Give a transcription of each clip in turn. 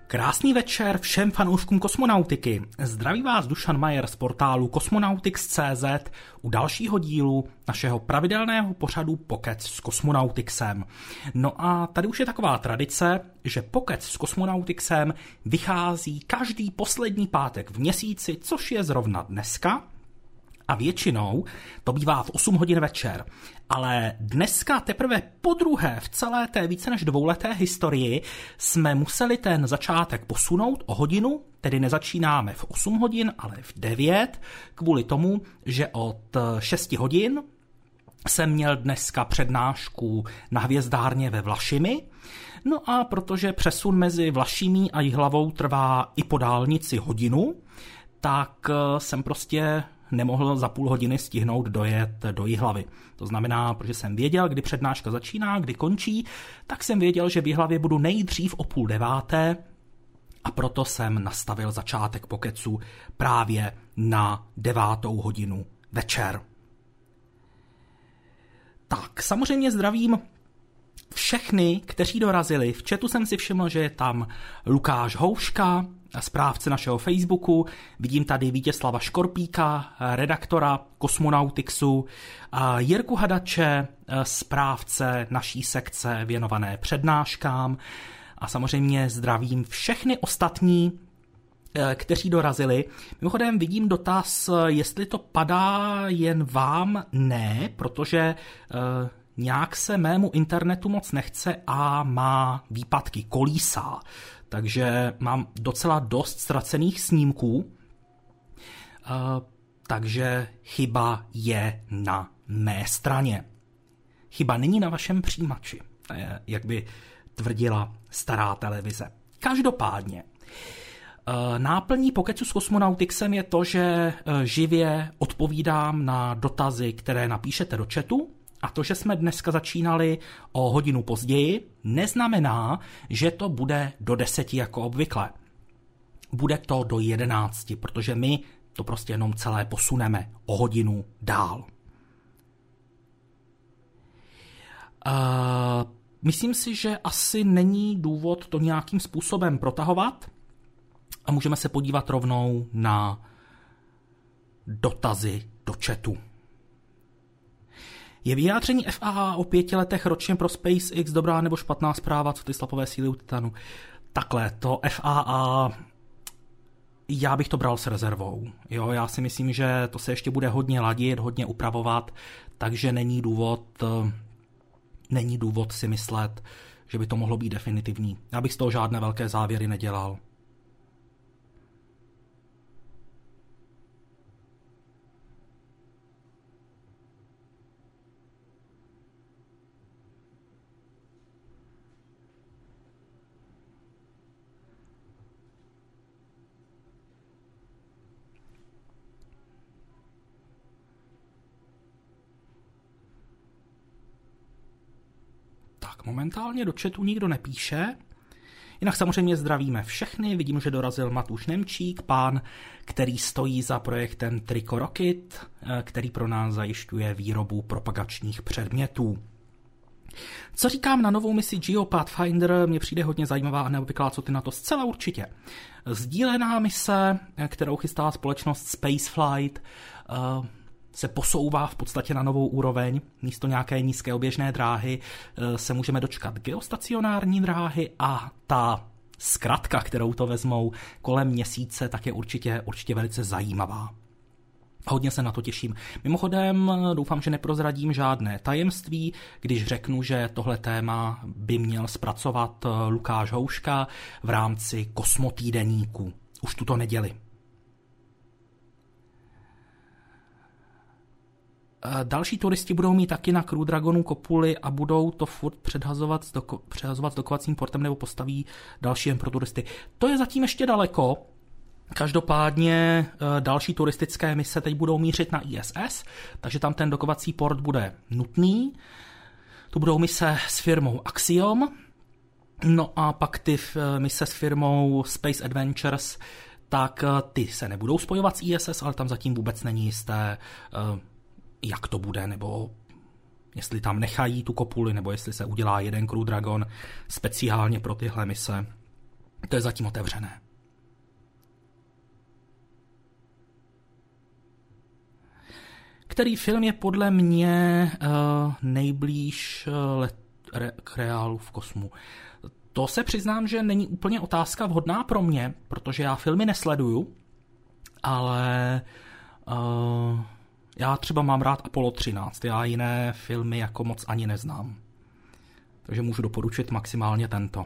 Krásný večer všem fanouškům kosmonautiky. Zdraví vás Dušan Majer z portálu Cosmonautics.cz u dalšího dílu našeho pravidelného pořadu Pokec s Cosmonauticsem. No a tady už je taková tradice, že Pokec s Cosmonauticsem vychází každý poslední pátek v měsíci, což je zrovna dneska. A většinou to bývá v 8 hodin večer. Ale dneska teprve podruhé v celé té více než dvouleté historii jsme museli ten začátek posunout o hodinu, tedy nezačínáme v 8 hodin, ale v 9, kvůli tomu, že od 6 hodin jsem měl dneska přednášku na hvězdárně ve Vlašimi. No a protože přesun mezi Vlašimí a Jihlavou trvá i po dálnici hodinu, tak jsem prostě nemohl za půl hodiny stihnout dojet do Jihlavy. To znamená, protože jsem věděl, kdy přednáška začíná, kdy končí, tak jsem věděl, že v Jihlavě budu nejdřív o 8:30 a proto jsem nastavil začátek Pokecu právě na 9. hodinu večer. Tak, samozřejmě zdravím všechny, kteří dorazili. V chatu jsem si všiml, že je tam Lukáš Houška, správce našeho Facebooku, vidím tady Vítězslava Škorpíka, redaktora Cosmonautixu, Jirku Hadače, správce naší sekce věnované přednáškám a samozřejmě zdravím všechny ostatní, kteří dorazili. Mimochodem vidím dotaz, jestli to padá jen vám. Ne, protože nějak se mému internetu moc nechce a má výpadky, kolísá. Takže mám docela dost ztracených snímků, takže chyba je na mé straně. Chyba není na vašem přijímači, jak by tvrdila stará televize. Každopádně, náplní Pokecu s Cosmonautixem je to, že živě odpovídám na dotazy, které napíšete do chatu. A to, že jsme dneska začínali o hodinu později, neznamená, že to bude do 10 jako obvykle. Bude to do 11, protože my to prostě jenom celé posuneme o hodinu dál. Myslím si, že asi není důvod to nějakým způsobem protahovat a můžeme se podívat rovnou na dotazy do chatu. Je vyjádření FAA o 5 letech ročně pro SpaceX dobrá nebo špatná zpráva, co ty slapové síly u Titanu? Takhle, to FAA, já bych to bral s rezervou. Jo, já si myslím, že to se ještě bude hodně ladit, hodně upravovat, takže není důvod si myslet, že by to mohlo být definitivní. Já bych z toho žádné velké závěry nedělal. Momentálně do chatu nikdo nepíše, jinak samozřejmě zdravíme všechny, vidím, že dorazil Matuš Nemčík, pán, který stojí za projektem Trico Rocket, který pro nás zajišťuje výrobu propagačních předmětů. Co říkám na novou misi Geo Pathfinder, mně přijde hodně zajímavá a neobvyklá, co ty na to? Zcela určitě. Sdílená mise, kterou chystá společnost Spaceflight, se posouvá v podstatě na novou úroveň. Místo nějaké nízké oběžné dráhy se můžeme dočkat geostacionární dráhy a ta zkratka, kterou to vezmou kolem měsíce, tak je určitě velice zajímavá. Hodně se na to těším. Mimochodem doufám, že neprozradím žádné tajemství, když řeknu, že tohle téma by měl zpracovat Lukáš Houška v rámci Kosmotýdeníku. Už tuto neděli. Další turisti budou mít taky na Crew Dragonu kopuly a budou to furt přehazovat s dokovacím portem nebo postaví další jen pro turisty. To je zatím ještě daleko. Každopádně další turistické mise teď budou mířit na ISS, takže tam ten dokovací port bude nutný. To budou mise s firmou Axiom. No a pak ty mise s firmou Space Adventures, tak ty se nebudou spojovat s ISS, ale tam zatím vůbec není jisté, jak to bude, nebo jestli tam nechají tu kopuli, nebo jestli se udělá jeden Crew Dragon speciálně pro tyhle mise. To je zatím otevřené. Který film je podle mě nejblíž k reálu v kosmu? To se přiznám, že není úplně otázka vhodná pro mě, protože já filmy nesleduju, ale já třeba mám rád Apollo 13, já jiné filmy jako moc ani neznám. Takže můžu doporučit maximálně tento.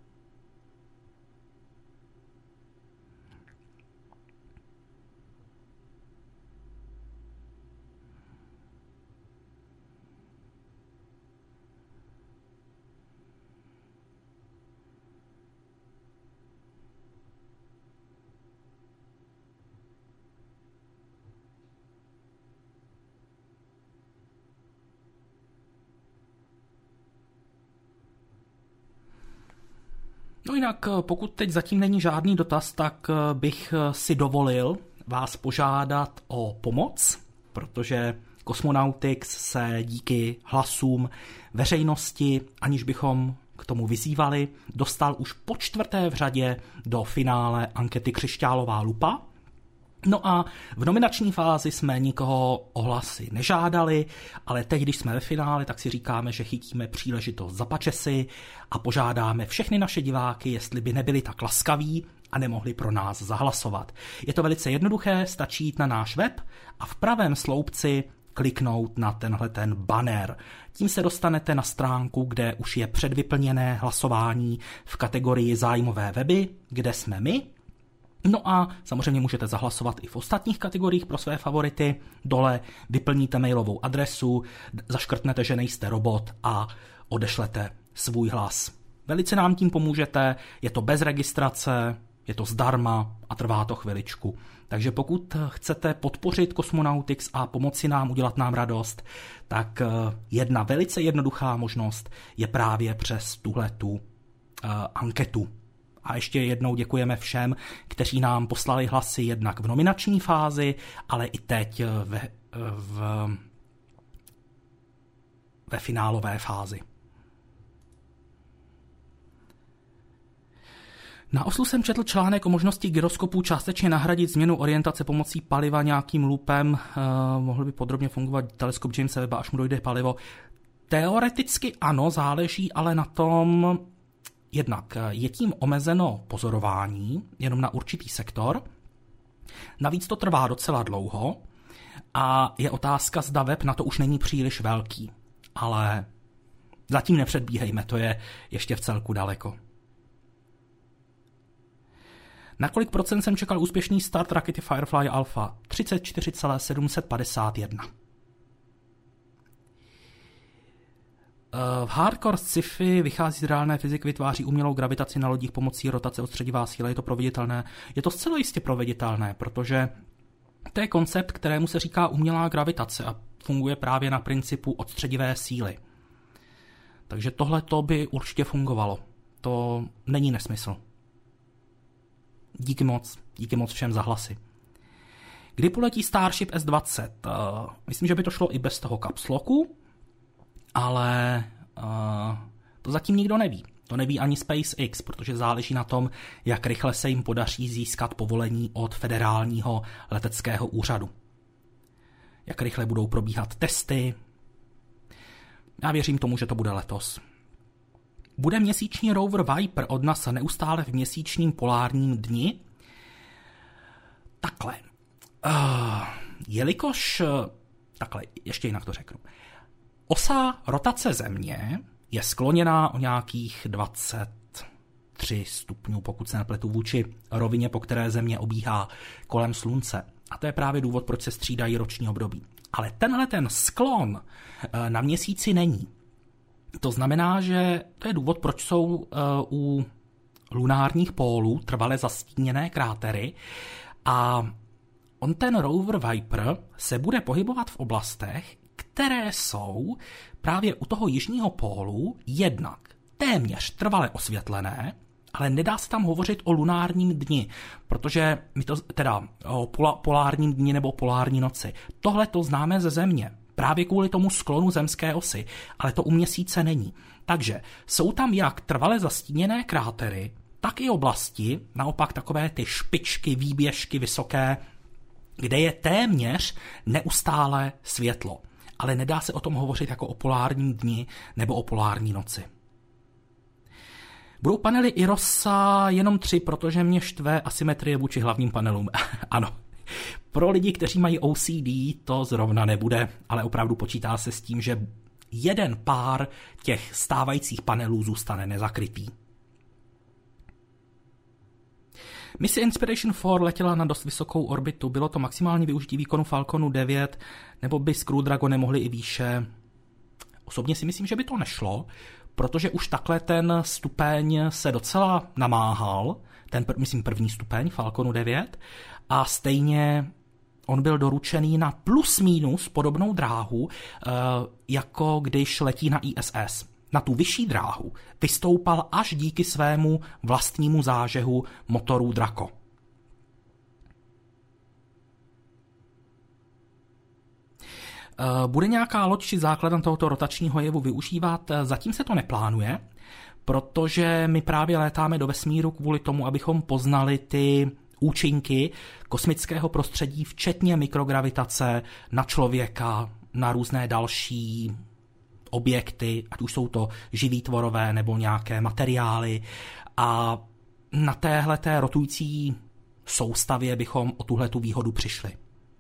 No jinak, pokud teď zatím není žádný dotaz, tak bych si dovolil vás požádat o pomoc, protože Cosmonautics se díky hlasům veřejnosti, aniž bychom k tomu vyzývali, dostal už po 4. v řadě do finále ankety Křišťálová lupa. No a v nominační fázi jsme nikoho o hlasy nežádali, ale teď, když jsme ve finále, tak si říkáme, že chytíme příležitost za pačesy a požádáme všechny naše diváky, jestli by nebyli tak laskaví a nemohli pro nás zahlasovat. Je to velice jednoduché, stačí jít na náš web a v pravém sloupci kliknout na ten banner. Tím se dostanete na stránku, kde už je předvyplněné hlasování v kategorii zájmové weby, kde jsme my. No a samozřejmě můžete zahlasovat i v ostatních kategoriích pro své favority. Dole vyplníte mailovou adresu, zaškrtnete, že nejste robot a odešlete svůj hlas. Velice nám tím pomůžete, je to bez registrace, je to zdarma a trvá to chviličku. Takže pokud chcete podpořit Cosmonautics a pomoci nám, udělat nám radost, tak jedna velice jednoduchá možnost je právě přes tuhletu anketu. A ještě jednou děkujeme všem, kteří nám poslali hlasy jednak v nominační fázi, ale i teď ve finálové fázi. Na Oslu jsem četl článek o možnosti gyroskopů částečně nahradit změnu orientace pomocí paliva nějakým loopem. Mohl by podrobně fungovat teleskop Jamesa Webba, až mu dojde palivo. Teoreticky ano, záleží ale na tom, jednak je tím omezeno pozorování jenom na určitý sektor, navíc to trvá docela dlouho a je otázka, zda web na to už není příliš velký. Ale zatím nepředbíhejme, to je ještě v celku daleko. Na kolik procent jsem čekal úspěšný start rakety Firefly Alpha? 34,751. V hardcore sci-fi vychází z reálné fyziky, vytváří umělou gravitaci na lodích pomocí rotace odstředivá síla. Je to proveditelné? Je to zcela jistě proveditelné, protože to je koncept, kterému se říká umělá gravitace a funguje právě na principu odstředivé síly. Takže tohle to by určitě fungovalo. To není nesmysl. Díky moc všem za hlasy. Kdy poletí Starship S-20? Myslím, že by to šlo i bez toho kapsloku, ale to zatím nikdo neví. To neví ani SpaceX, protože záleží na tom, jak rychle se jim podaří získat povolení od federálního leteckého úřadu. Jak rychle budou probíhat testy. Já věřím tomu, že to bude letos. Bude měsíční rover Viper od NASA neustále v měsíčním polárním dni? Takhle. Jelikož... Takhle, ještě jinak to řeknu. Osa rotace Země je skloněná o nějakých 23 stupňů, pokud se nepletu, vůči rovině, po které Země obíhá kolem Slunce. A to je právě důvod, proč se střídají roční období. Ale tenhle ten sklon na Měsíci není. To znamená, že to je důvod, proč jsou u lunárních pólů trvale zastíněné krátery a on ten rover Viper se bude pohybovat v oblastech, které jsou právě u toho jižního pólu jednak téměř trvale osvětlené, ale nedá se tam hovořit o lunárním dni, protože my to teda o polárním dni nebo polární noci. Tohle to známe ze Země. Právě kvůli tomu sklonu zemské osy, ale to u Měsíce není. Takže jsou tam jak trvale zastíněné krátery, tak i oblasti, naopak takové ty špičky, výběžky vysoké, kde je téměř neustále světlo. Ale nedá se o tom hovořit jako o polární dni nebo o polární noci. Budou panely IROSa jenom 3, protože mě štve asymetrie vůči hlavním panelům. Ano, pro lidi, kteří mají OCD, to zrovna nebude, ale opravdu počítá se s tím, že jeden pár těch stávajících panelů zůstane nezakrytý. Mise Inspiration 4 letěla na dost vysokou orbitu, bylo to maximální využití výkonu Falconu 9, nebo by Crew Dragon nemohli i výše. Osobně si myslím, že by to nešlo, protože už takhle ten stupeň se docela namáhal, myslím první stupeň Falconu 9, a stejně on byl doručený na plus minus podobnou dráhu, jako když letí na ISS. Na tu vyšší dráhu vystoupal až díky svému vlastnímu zážehu motorů Draco. Bude nějaká loď či základna tohoto rotačního jevu využívat? Zatím se to neplánuje, protože my právě létáme do vesmíru kvůli tomu, abychom poznali ty účinky kosmického prostředí, včetně mikrogravitace na člověka, na různé další objekty, ať už jsou to živí tvorové nebo nějaké materiály. A na téhleté rotující soustavě bychom o tuhletu výhodu přišli.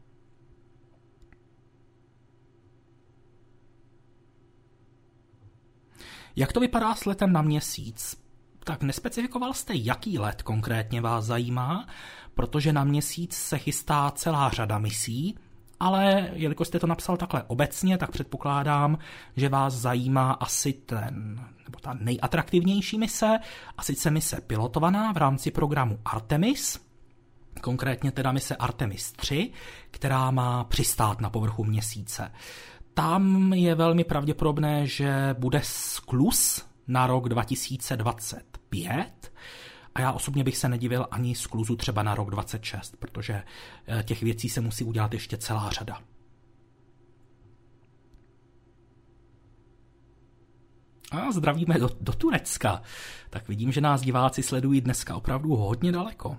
Jak to vypadá s letem na Měsíc? Tak nespecifikoval jste, jaký let konkrétně vás zajímá, protože na Měsíc se chystá celá řada misí, ale jelikož jste to napsal takhle obecně, tak předpokládám, že vás zajímá asi ta nejatraktivnější mise, a sice mise pilotovaná v rámci programu Artemis, konkrétně teda mise Artemis 3, která má přistát na povrchu Měsíce. Tam je velmi pravděpodobné, že bude skluz na rok 2025 a já osobně bych se nedivil ani skluzu třeba na rok 2026, protože těch věcí se musí udělat ještě celá řada. A zdravíme do Turecka. Tak vidím, že nás diváci sledují dneska opravdu hodně daleko.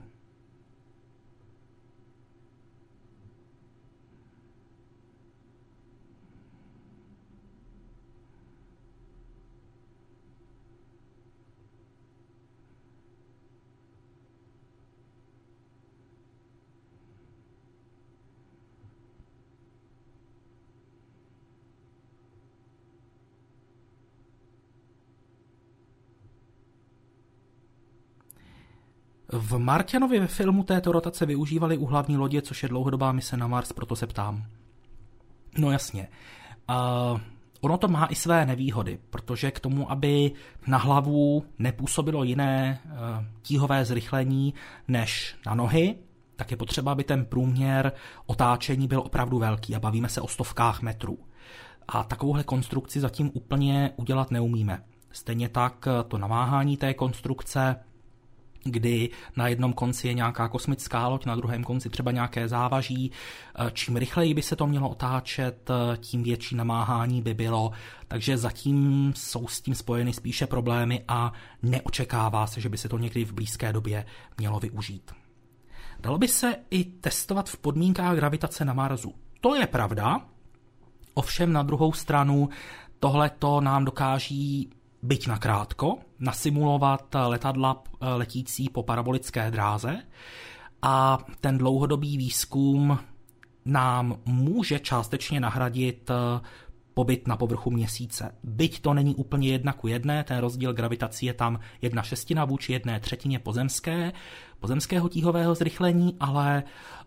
V Marťanovi ve filmu této rotace využívali u hlavní lodě, což je dlouhodobá mise na Mars, proto se ptám. No jasně. Ono to má i své nevýhody, protože k tomu, aby na hlavu nepůsobilo jiné tíhové zrychlení než na nohy, tak je potřeba, aby ten průměr otáčení byl opravdu velký a bavíme se o stovkách metrů. A takovouhle konstrukci zatím úplně udělat neumíme. Stejně tak to namáhání té konstrukce, kdy na jednom konci je nějaká kosmická loď, na druhém konci třeba nějaké závaží. Čím rychleji by se to mělo otáčet, tím větší namáhání by bylo, takže zatím jsou s tím spojeny spíše problémy a neočekává se, že by se to někdy v blízké době mělo využít. Dalo by se i testovat v podmínkách gravitace na Marsu. To je pravda, ovšem na druhou stranu tohleto nám dokáží byť nakrátko nasimulovat letadla letící po parabolické dráze a ten dlouhodobý výzkum nám může částečně nahradit pobyt na povrchu Měsíce. Byť to není úplně 1:1, ten rozdíl gravitací je tam 1/6 vůči 1/3 pozemského tíhového zrychlení, ale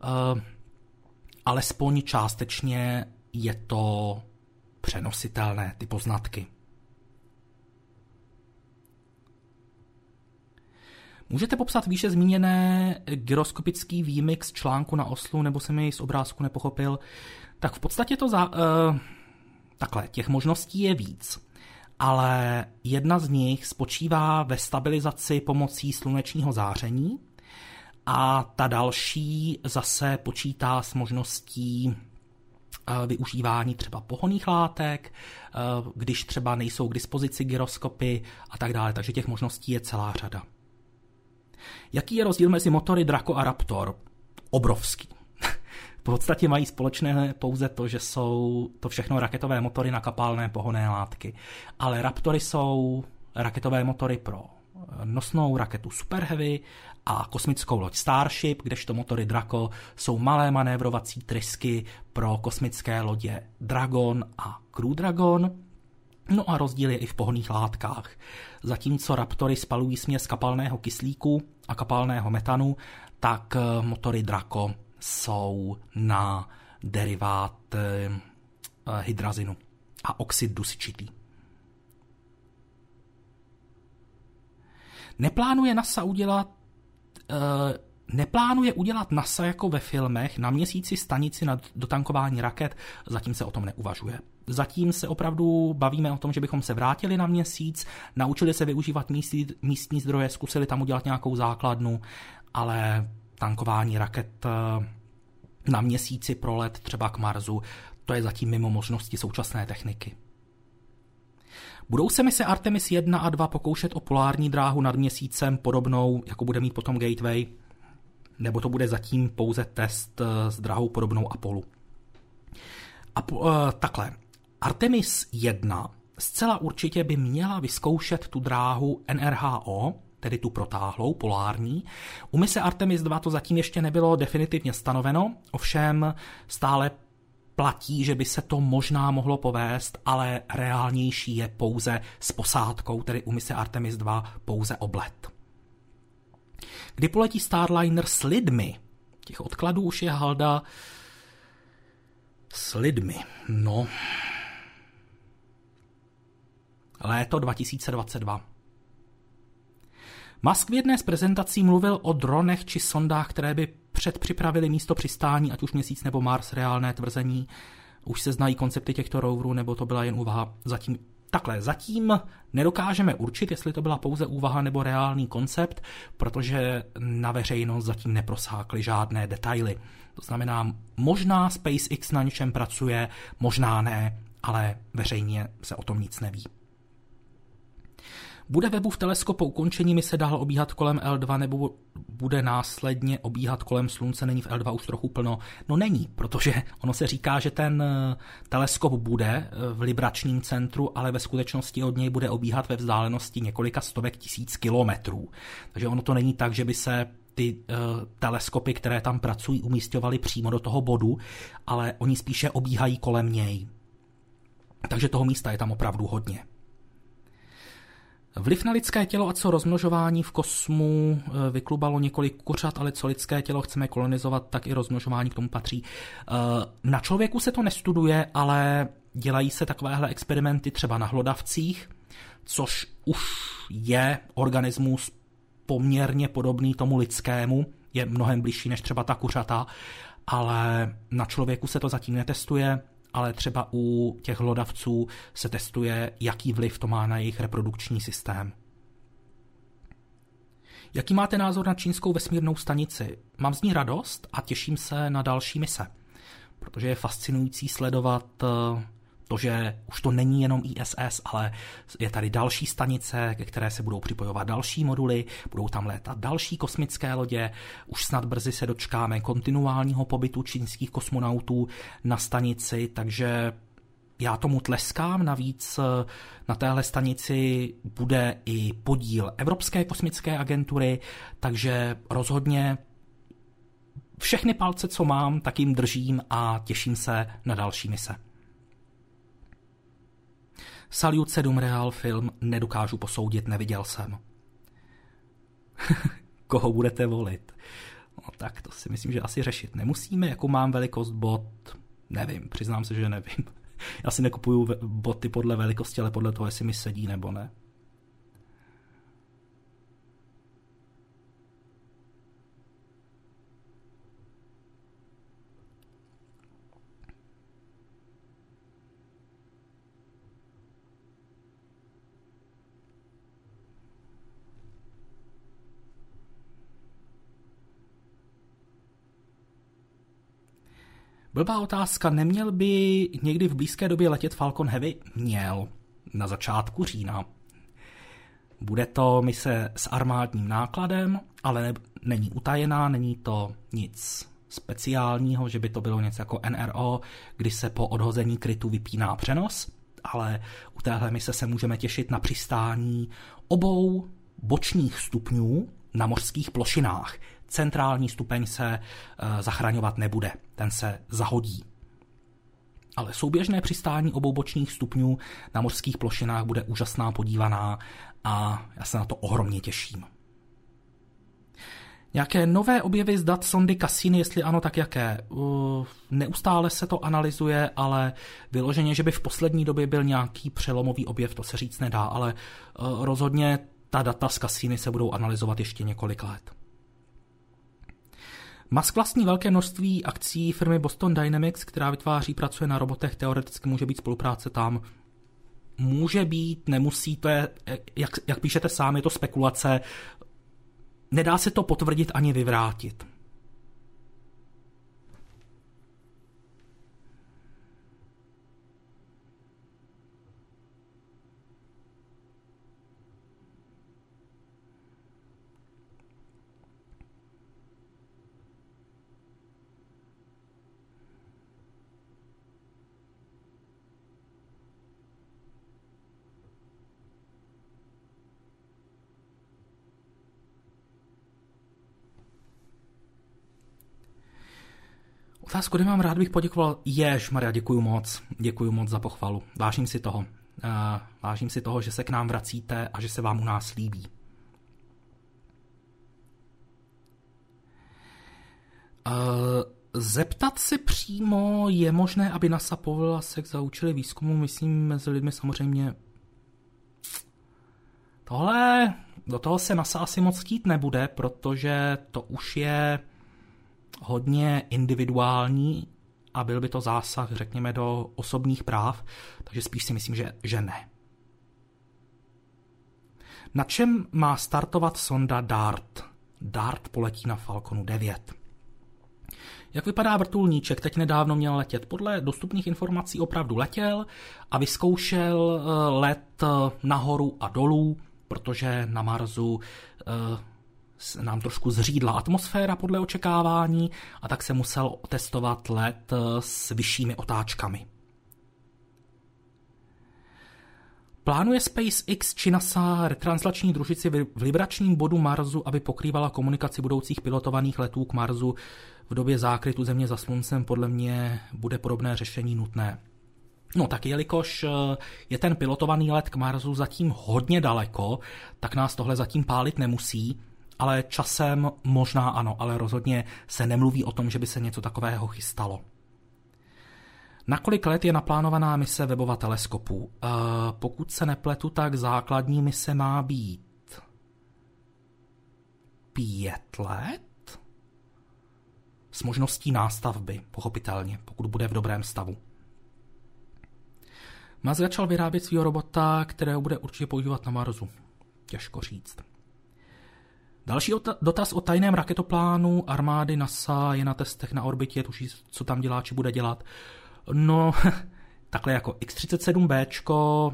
alespoň částečně je to přenositelné, ty poznatky. Můžete popsat výše zmíněné gyroskopický výmix článku na Oslu, nebo jsem jej z obrázku nepochopil? Tak v podstatě to takhle, těch možností je víc, ale jedna z nich spočívá ve stabilizaci pomocí slunečního záření a ta další zase počítá s možností využívání třeba pohonných látek, když třeba nejsou k dispozici gyroskopy a tak dále, takže těch možností je celá řada. Jaký je rozdíl mezi motory Draco a Raptor? Obrovský. V podstatě mají společné pouze to, že jsou to všechno raketové motory na kapalné pohonné látky. Ale Raptory jsou raketové motory pro nosnou raketu Super Heavy a kosmickou loď Starship, kdežto motory Draco jsou malé manévrovací trysky pro kosmické lodě Dragon a Crew Dragon. No a rozdíl je i v pohonných látkách. Zatímco Raptory spalují směs kapalného kyslíku a kapalného metanu, tak motory Draco jsou na derivát hydrazinu a oxid dusičitý. Neplánuje udělat NASA jako ve filmech na Měsíci stanici na dotankování raket, zatím se o tom neuvažuje. Zatím se opravdu bavíme o tom, že bychom se vrátili na Měsíc, naučili se využívat místní zdroje, zkusili tam udělat nějakou základnu, ale tankování raket na Měsíci pro let třeba k Marsu, to je zatím mimo možnosti současné techniky. Budou se mise Artemis 1 a 2 pokoušet o polární dráhu nad Měsícem podobnou, jako bude mít potom Gateway? Nebo to bude zatím pouze test s drahou podobnou Apollu? Takhle. Artemis 1 zcela určitě by měla vyzkoušet tu dráhu NRHO, tedy tu protáhlou, polární. U mise Artemis 2 to zatím ještě nebylo definitivně stanoveno, ovšem stále platí, že by se to možná mohlo povést, ale reálnější je pouze s posádkou, tedy u mise Artemis 2 pouze oblet. Kdy poletí Starliner s lidmi? Těch odkladů už je halda s lidmi. No. Léto 2022. Musk v jedné z prezentací mluvil o dronech či sondách, které by předpřipravili místo přistání, ať už Měsíc nebo Mars, reálné tvrzení. Už se znají koncepty těchto roverů, nebo to byla jen úvaha. Zatím nedokážeme určit, jestli to byla pouze úvaha nebo reálný koncept, protože na veřejnost zatím neprosákly žádné detaily. To znamená, možná SpaceX na něčem pracuje, možná ne, ale veřejně se o tom nic neví. Bude Webbův teleskop po ukončení mise dál obíhat kolem L2 nebo bude následně obíhat kolem Slunce? Není v L2 už trochu plno? No není, protože ono se říká, že ten teleskop bude v libračním centru, ale ve skutečnosti od něj bude obíhat ve vzdálenosti několika stovek tisíc kilometrů. Takže ono to není tak, že by se ty teleskopy, které tam pracují, umísťovaly přímo do toho bodu, ale oni spíše obíhají kolem něj. Takže toho místa je tam opravdu hodně. Vliv na lidské tělo a co rozmnožování v kosmu vyklubalo několik kuřat, ale co lidské tělo chceme kolonizovat, tak i rozmnožování k tomu patří. Na člověku se to nestuduje, ale dělají se takovéhle experimenty třeba na hlodavcích, což už je organismus poměrně podobný tomu lidskému, je mnohem bližší než třeba ta kuřata, ale na člověku se to zatím netestuje, ale třeba u těch hlodavců se testuje, jaký vliv to má na jejich reprodukční systém. Jaký máte názor na čínskou vesmírnou stanici? Mám z ní radost a těším se na další mise, protože je fascinující sledovat to, že už to není jenom ISS, ale je tady další stanice, ke které se budou připojovat další moduly, budou tam létat další kosmické lodě, už snad brzy se dočkáme kontinuálního pobytu čínských kosmonautů na stanici, takže já tomu tleskám, navíc na téhle stanici bude i podíl Evropské kosmické agentury, takže rozhodně všechny palce, co mám, tak jim držím a těším se na další mise. Salyut 7 real film nedokážu posoudit, neviděl jsem. Koho budete volit? No tak to si myslím, že asi řešit nemusíme. Jakou mám velikost bot? Nevím, přiznám se, že nevím. Já si nekupuju boty podle velikosti, ale podle toho, jestli mi sedí nebo ne. Blbá otázka, neměl by někdy v blízké době letět Falcon Heavy? Měl, na začátku října. Bude to mise s armádním nákladem, ale není utajená, není to nic speciálního, že by to bylo něco jako NRO, kdy se po odhození krytu vypíná přenos, ale u téhle mise se můžeme těšit na přistání obou bočních stupňů na mořských plošinách. Centrální stupeň se zachraňovat nebude, ten se zahodí. Ale souběžné přistání obou bočních stupňů na mořských plošinách bude úžasná podívaná a já se na to ohromně těším. Nějaké nové objevy z dat sondy Cassini, jestli ano, tak jaké? Neustále se to analyzuje, ale vyloženě, že by v poslední době byl nějaký přelomový objev, to se říct nedá, ale rozhodně ta data z Cassini se budou analyzovat ještě několik let. Musk vlastní velké množství akcí firmy Boston Dynamics, která vytváří, pracuje na robotech, teoreticky může být spolupráce tam. Může být, nemusí, to je, jak píšete sám, je to spekulace. Nedá se to potvrdit ani vyvrátit. Otázku, kde mám rád, bych poděkoval. Ježmarja, děkuju moc za pochvalu. Vážím si toho, že se k nám vracíte a že se vám u nás líbí. Zeptat se přímo, je možné, aby NASA povolila sex za účely výzkumu, myslím, mezi lidmi samozřejmě. Do toho se NASA asi moc chtít nebude, protože to už je hodně individuální a byl by to zásah, řekněme, do osobních práv, takže spíš si myslím, že ne. Na čem má startovat sonda DART? DART poletí na Falconu 9. Jak vypadá vrtulníček? Teď nedávno měl letět. Podle dostupných informací opravdu letěl a vyzkoušel let nahoru a dolů, protože na Marsu nám trošku zřídla atmosféra podle očekávání a tak se musel testovat let s vyššími otáčkami. Plánuje SpaceX či NASA retranslační družici v vibračním bodu Marsu, aby pokrývala komunikaci budoucích pilotovaných letů k Marsu v době zákrytu Země za sluncem? Podle mě bude podobné řešení nutné. No tak jelikož je ten pilotovaný let k Marsu zatím hodně daleko, tak nás tohle zatím pálit nemusí, ale časem možná ano, ale rozhodně se nemluví o tom, že by se něco takového chystalo. Na kolik let je naplánovaná mise Webbova teleskopu? Pokud se nepletu, tak základní mise má být 5 let? S možností nástavby, pochopitelně, pokud bude v dobrém stavu. Musk začal vyrábět svého robota, kterého bude určitě používat na Marsu. Těžko říct. Další dotaz o tajném raketoplánu armády NASA je na testech na orbitě, tuší, co tam dělá, či bude dělat. No, takhle jako X-37Bčko,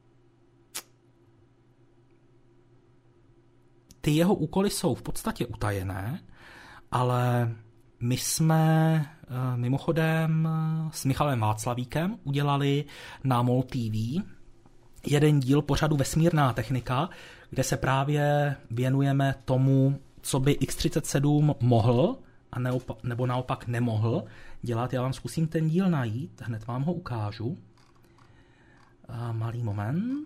ty jeho úkoly jsou v podstatě utajené, ale my jsme mimochodem s Michalem Václavíkem udělali na MOL TV jeden díl pořadu Vesmírná technika, kde se právě věnujeme tomu, co by X-37 mohl a nebo naopak nemohl dělat. Já vám zkusím ten díl najít, hned vám ho ukážu. Malý moment.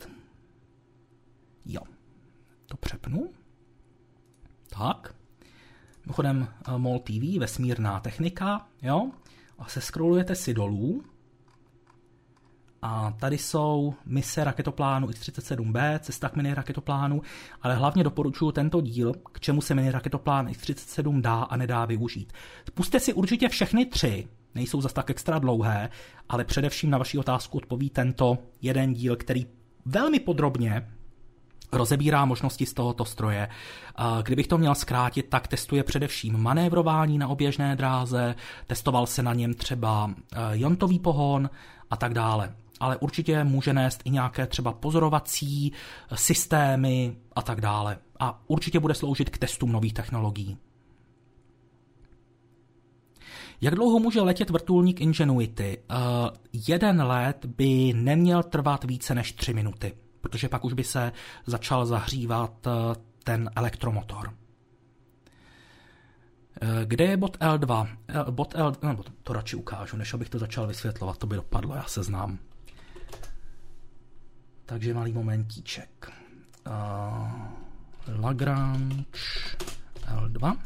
Jo, to přepnu. Tak. Mimochodem MOL TV, Vesmírná technika, jo. A se scrollujete si dolů. A tady jsou mise raketoplánu X-37B, cesta k mini raketoplánu, ale hlavně doporučuji tento díl, k čemu se mini raketoplán X-37 dá a nedá využít. Puste si určitě všechny 3, nejsou zas tak extra dlouhé, ale především na vaši otázku odpoví tento jeden díl, který velmi podrobně rozebírá možnosti z tohoto stroje. Kdybych to měl zkrátit, tak testuje především manévrování na oběžné dráze, testoval se na něm třeba jontový pohon a tak dále. ale určitě může nést i nějaké třeba pozorovací systémy a tak dále. A určitě bude sloužit k testům nových technologií. Jak dlouho může letět vrtulník Ingenuity? 1 let by neměl trvat více než 3 minuty, protože pak už by se začal zahřívat ten elektromotor. Kde je bod L2? Bod L, nebo to radši ukážu, než abych to začal vysvětlovat, to by dopadlo, já se znám. Takže malý momentíček. Lagrange L2.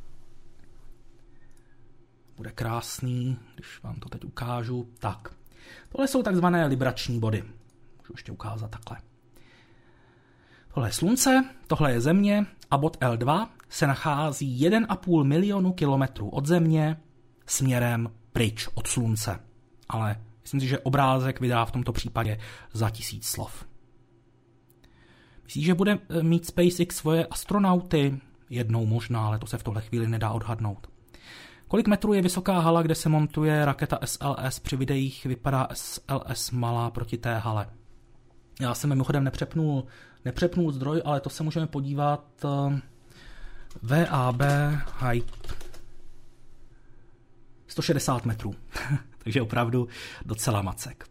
Bude krásný, když vám to teď ukážu. Tak, tohle jsou takzvané librační body. Můžu ještě ukázat takhle. Tohle je Slunce, tohle je Země a bod L2 se nachází 1,5 milionu kilometrů od Země směrem pryč od Slunce. Ale myslím si, že obrázek vydá v tomto případě za 1000 slov. Myslíš, že bude mít SpaceX svoje astronauty? Jednou možná, ale to se v tohle chvíli nedá odhadnout. Kolik metrů je vysoká hala, kde se montuje raketa SLS? Při videích vypadá SLS malá proti té hale. Já jsem mimochodem nepřepnul zdroj, ale to se můžeme podívat. VAB height 160 metrů. Takže opravdu docela macek.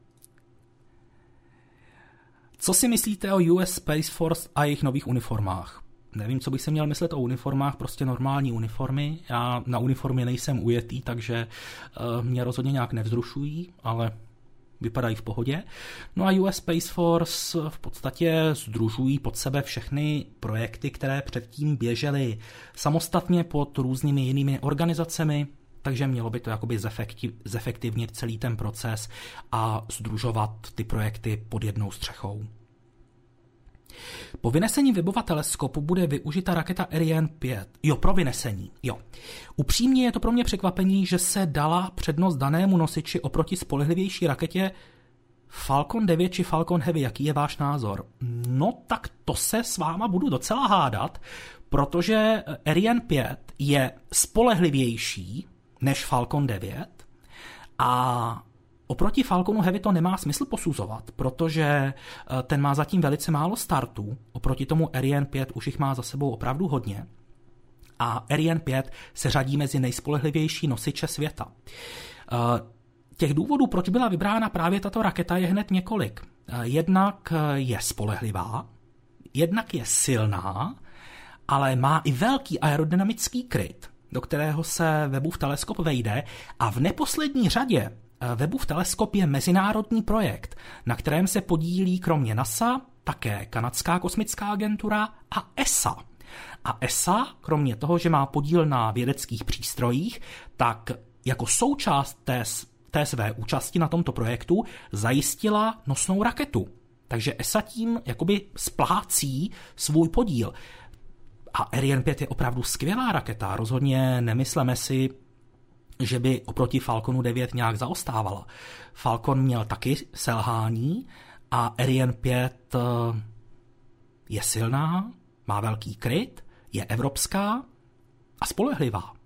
Co si myslíte o US Space Force a jejich nových uniformách? Nevím, co bych se měl myslet o uniformách, prostě normální uniformy. Já na uniformě nejsem ujetý, takže mě rozhodně nějak nevzrušují, ale vypadají v pohodě. No a US Space Force v podstatě sdružují pod sebe všechny projekty, které předtím běžely samostatně pod různými jinými organizacemi, takže mělo by to jakoby zefektivnit celý ten proces a sdružovat ty projekty pod jednou střechou. Po vynesení Webbova teleskopu bude využita raketa Ariane 5. Pro vynesení. Upřímně je to pro mě překvapení, že se dala přednost danému nosiči oproti spolehlivější raketě Falcon 9 či Falcon Heavy. Jaký je váš názor? No tak to se s váma budu docela hádat, protože Ariane 5 je spolehlivější než Falcon 9 a oproti Falconu Heavy to nemá smysl posuzovat, protože ten má zatím velice málo startů, oproti tomu Ariane 5 už jich má za sebou opravdu hodně a Ariane 5 se řadí mezi nejspolehlivější nosiče světa. Těch důvodů, proč byla vybrána právě tato raketa, je hned několik. Jednak je spolehlivá, jednak je silná, ale má i velký aerodynamický kryt, do kterého se Webbův teleskop vejde a v neposlední řadě Webbův teleskop je mezinárodní projekt, na kterém se podílí kromě NASA také Kanadská kosmická agentura a ESA. A ESA, kromě toho, že má podíl na vědeckých přístrojích, tak jako součást té své účasti na tomto projektu zajistila nosnou raketu. Takže ESA tím jakoby splácí svůj podíl. A Ariane 5 je opravdu skvělá raketa, rozhodně nemyslíme si, že by oproti Falconu 9 nějak zaostávala. Falcon měl taky selhání a Ariane 5 je silná, má velký kryt, je evropská a spolehlivá.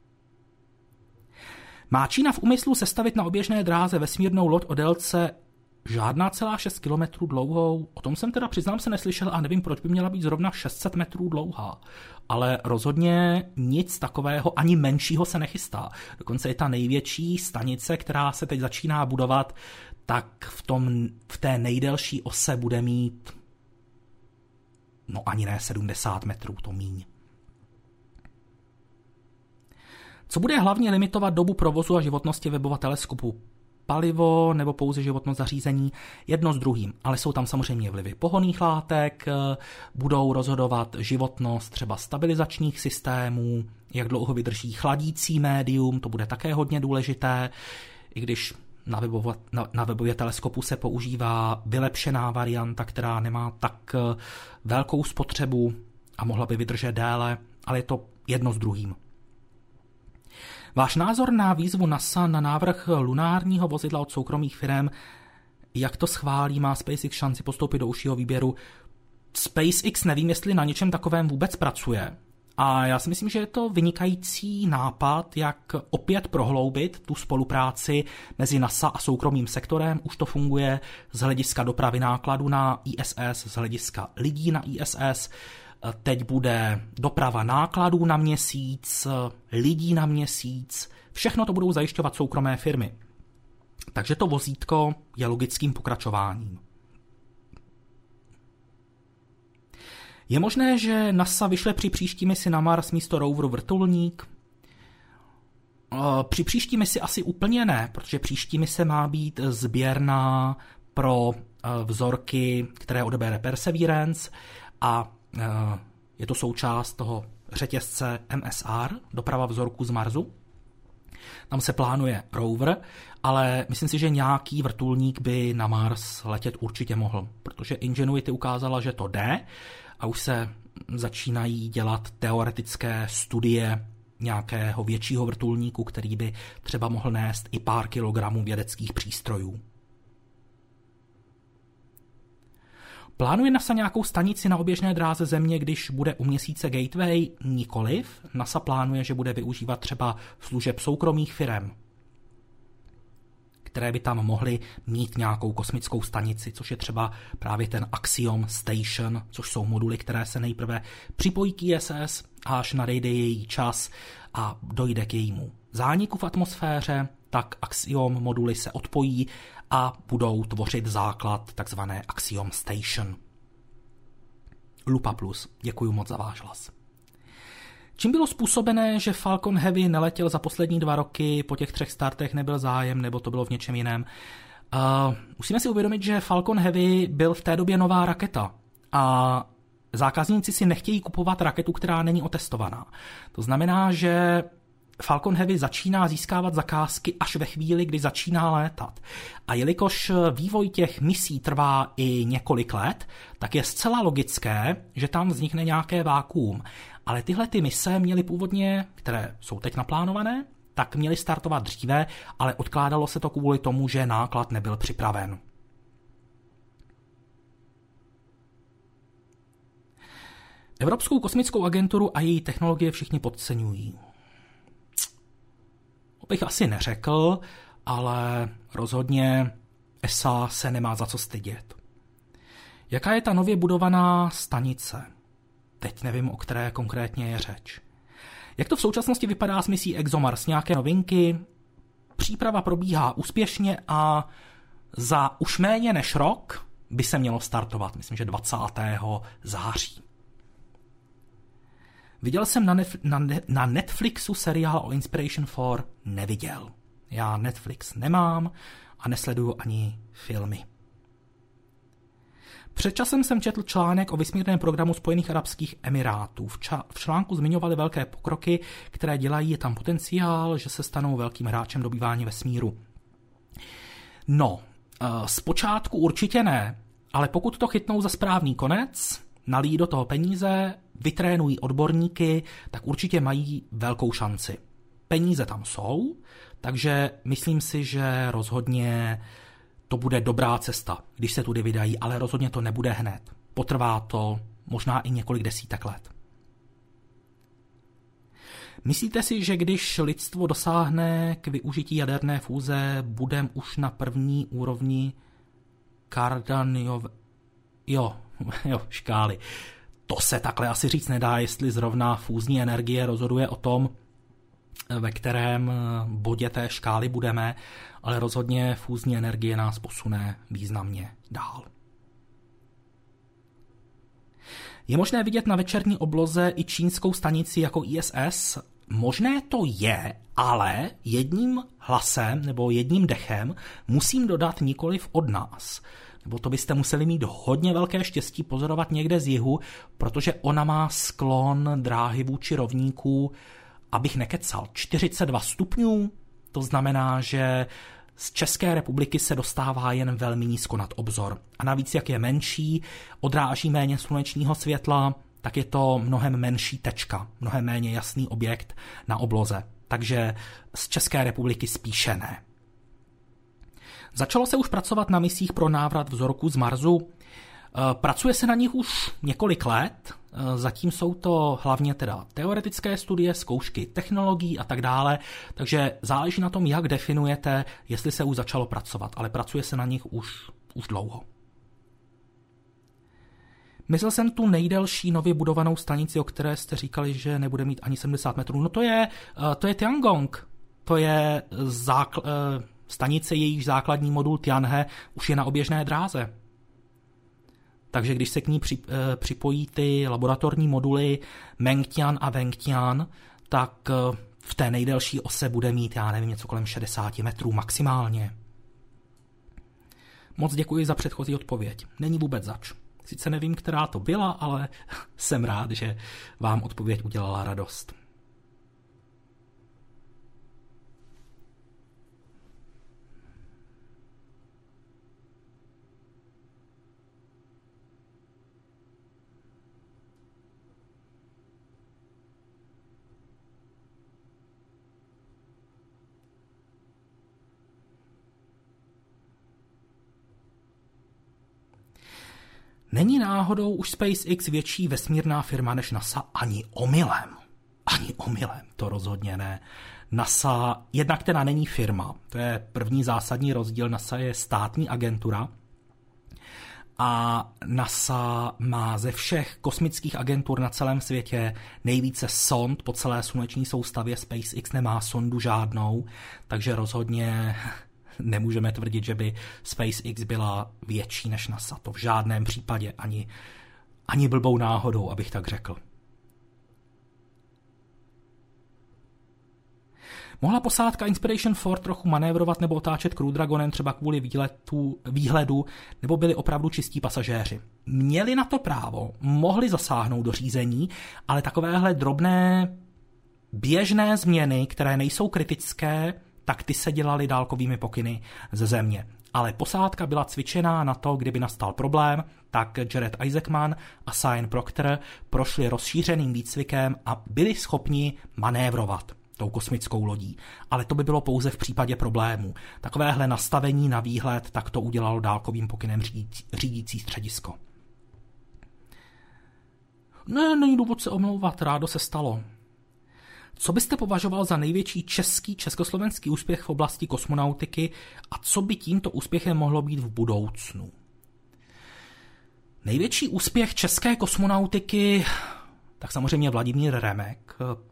Má Čína v úmyslu sestavit na oběžné dráze vesmírnou loď o délce žádná celá 6 kilometrů dlouhou? O tom jsem teda přiznám se neslyšel a nevím, proč by měla být zrovna 600 metrů dlouhá. Ale rozhodně nic takového ani menšího se nechystá. Dokonce i ta největší stanice, která se teď začíná budovat, tak v té nejdelší ose bude mít ani ne 70 metrů, to míň. Co bude hlavně limitovat dobu provozu a životnosti Webbova teleskopu? Palivo nebo pouze životnost zařízení, jedno s druhým, ale jsou tam samozřejmě vlivy pohonných látek, budou rozhodovat životnost třeba stabilizačních systémů, jak dlouho vydrží chladící médium, to bude také hodně důležité, i když na Webbově teleskopu se používá vylepšená varianta, která nemá tak velkou spotřebu a mohla by vydržet déle, ale je to jedno s druhým. Váš názor na výzvu NASA na návrh lunárního vozidla od soukromých firem, jak to schválí, má SpaceX šanci postoupit do užšího výběru? SpaceX nevím, jestli na něčem takovém vůbec pracuje, A já si myslím, že je to vynikající nápad, jak opět prohloubit tu spolupráci mezi NASA a soukromým sektorem. Už to funguje z hlediska dopravy nákladu na ISS, z hlediska lidí na ISS. Teď bude doprava nákladů na měsíc, lidí na měsíc. Všechno to budou zajišťovat soukromé firmy. Takže to vozítko je logickým pokračováním. Je možné, že NASA vyšle při příští misi na Mars místo roveru vrtulník? Při příští misi asi úplně ne, protože příští mise má být sběrná pro vzorky, které odebere Perseverance a je to součást toho řetězce MSR, doprava vzorků z Marsu. Tam se plánuje rover, ale myslím si, že nějaký vrtulník by na Mars letět určitě mohl, protože Ingenuity ukázala, že to jde a už se začínají dělat teoretické studie nějakého většího vrtulníku, který by třeba mohl nést i pár kilogramů vědeckých přístrojů. Plánuje NASA nějakou stanici na oběžné dráze Země, když bude u měsíce Gateway? Nikoliv. NASA plánuje, že bude využívat třeba služeb soukromých firem, které by tam mohly mít nějakou kosmickou stanici, což je třeba právě ten Axiom Station, což jsou moduly, které se nejprve připojí k ISS, až nadejde její čas a dojde k jejímu zániku v atmosféře, tak Axiom moduly se odpojí a budou tvořit základ takzvané Axiom Station. Lupa Plus, děkuji moc za váš hlas. Čím bylo způsobené, že Falcon Heavy neletěl za poslední 2 roky, po těch 3 startech nebyl zájem, nebo to bylo v něčem jiném? Musíme si uvědomit, že Falcon Heavy byl v té době nová raketa a zákazníci si nechtějí kupovat raketu, která není otestovaná. To znamená, že Falcon Heavy začíná získávat zakázky až ve chvíli, kdy začíná létat. A jelikož vývoj těch misí trvá i několik let, tak je zcela logické, že tam vznikne nějaké vákuum. Ale tyhle ty mise měly původně, které jsou teď naplánované, tak měly startovat dříve, ale odkládalo se to kvůli tomu, že náklad nebyl připraven. Evropskou kosmickou agenturu a její technologie všichni podceňují. To bych asi neřekl, ale rozhodně ESA se nemá za co stydět. Jaká je ta nově budovaná stanice? Teď nevím, o které konkrétně je řeč. Jak to v současnosti vypadá s misí ExoMars? Nějaké novinky? Příprava probíhá úspěšně a za už méně než rok by se mělo startovat, myslím, že 20. září. Viděl jsem na Netflixu seriál o Inspiration 4? Neviděl. Já Netflix nemám a nesleduju ani filmy. Před časem jsem četl článek o vesmírném programu Spojených arabských emirátů. V článku zmiňovali velké pokroky, které dělají, je tam potenciál, že se stanou velkým hráčem dobývání vesmíru. No, zpočátku určitě ne, ale pokud to chytnou za správný konec, nalíjí do toho peníze, vytrénují odborníky, tak určitě mají velkou šanci. Peníze tam jsou, takže myslím si, že rozhodně to bude dobrá cesta, když se tudy vydají, ale rozhodně to nebude hned. Potrvá to možná i několik desítek let. Myslíte si, že když lidstvo dosáhne k využití jaderné fúze, budeme už na první úrovni Kardaniové škály? To se takhle asi říct nedá, jestli zrovna fúzní energie rozhoduje o tom, ve kterém bodě té škály budeme, ale rozhodně fúzní energie nás posune významně dál. Je možné vidět na večerní obloze i čínskou stanici jako ISS? Možné to je, ale jedním hlasem nebo jedním dechem musím dodat nikoliv od nás. Nebo to byste museli mít hodně velké štěstí pozorovat někde z jihu, protože ona má sklon dráhy vůči rovníku, abych nekecal, 42 stupňů. To znamená, že z České republiky se dostává jen velmi nízko nad obzor. A navíc, jak je menší, odráží méně slunečního světla, tak je to mnohem menší tečka, mnohem méně jasný objekt na obloze. Takže z České republiky spíše ne. Začalo se už pracovat na misích pro návrat vzorků z Marsu. Pracuje se na nich už několik let. Zatím jsou to hlavně teda teoretické studie, zkoušky technologií a tak dále, takže záleží na tom, jak definujete, jestli se už začalo pracovat, ale pracuje se na nich už dlouho. Myslel jsem tu nejdelší nově budovanou stanici, o které jste říkali, že nebude mít ani 70 metrů. No to je Tiangong. To je stanice, jejíž základní modul Tianhe už je na oběžné dráze. Takže když se k ní připojí ty laboratorní moduly Mengtian a Wengtian, tak v té nejdelší ose bude mít, já nevím, něco kolem 60 metrů maximálně. Moc děkuji za předchozí odpověď. Není vůbec zač. Sice nevím, která to byla, ale jsem rád, že vám odpověď udělala radost. Není náhodou už SpaceX větší vesmírná firma než NASA? Ani omylem. Ani omylem, to rozhodně ne. NASA jednak teda není firma, to je první zásadní rozdíl. NASA je státní agentura a NASA má ze všech kosmických agentur na celém světě nejvíce sond po celé sluneční soustavě. SpaceX nemá sondu žádnou, takže rozhodně nemůžeme tvrdit, že by SpaceX byla větší než NASA. To v žádném případě, ani blbou náhodou, abych tak řekl. Mohla posádka Inspiration 4 trochu manévrovat nebo otáčet Crew Dragonem třeba kvůli výhledu, nebo byli opravdu čistí pasažéři? Měli na to právo, mohli zasáhnout do řízení, ale takovéhle drobné běžné změny, které nejsou kritické, tak ty se dělaly dálkovými pokyny ze země. Ale posádka byla cvičená na to, kdyby nastal problém, tak Jared Isaacman a Sian Proctor prošli rozšířeným výcvikem a byli schopni manévrovat tou kosmickou lodí. Ale to by bylo pouze v případě problémů. Takovéhle nastavení na výhled, tak to udělalo dálkovým pokynem řídící středisko. Ne, není důvod se omlouvat, rádo se stalo. Co byste považoval za největší československý úspěch v oblasti kosmonautiky a co by tímto úspěchem mohlo být v budoucnu? Největší úspěch české kosmonautiky, tak samozřejmě Vladimír Remek,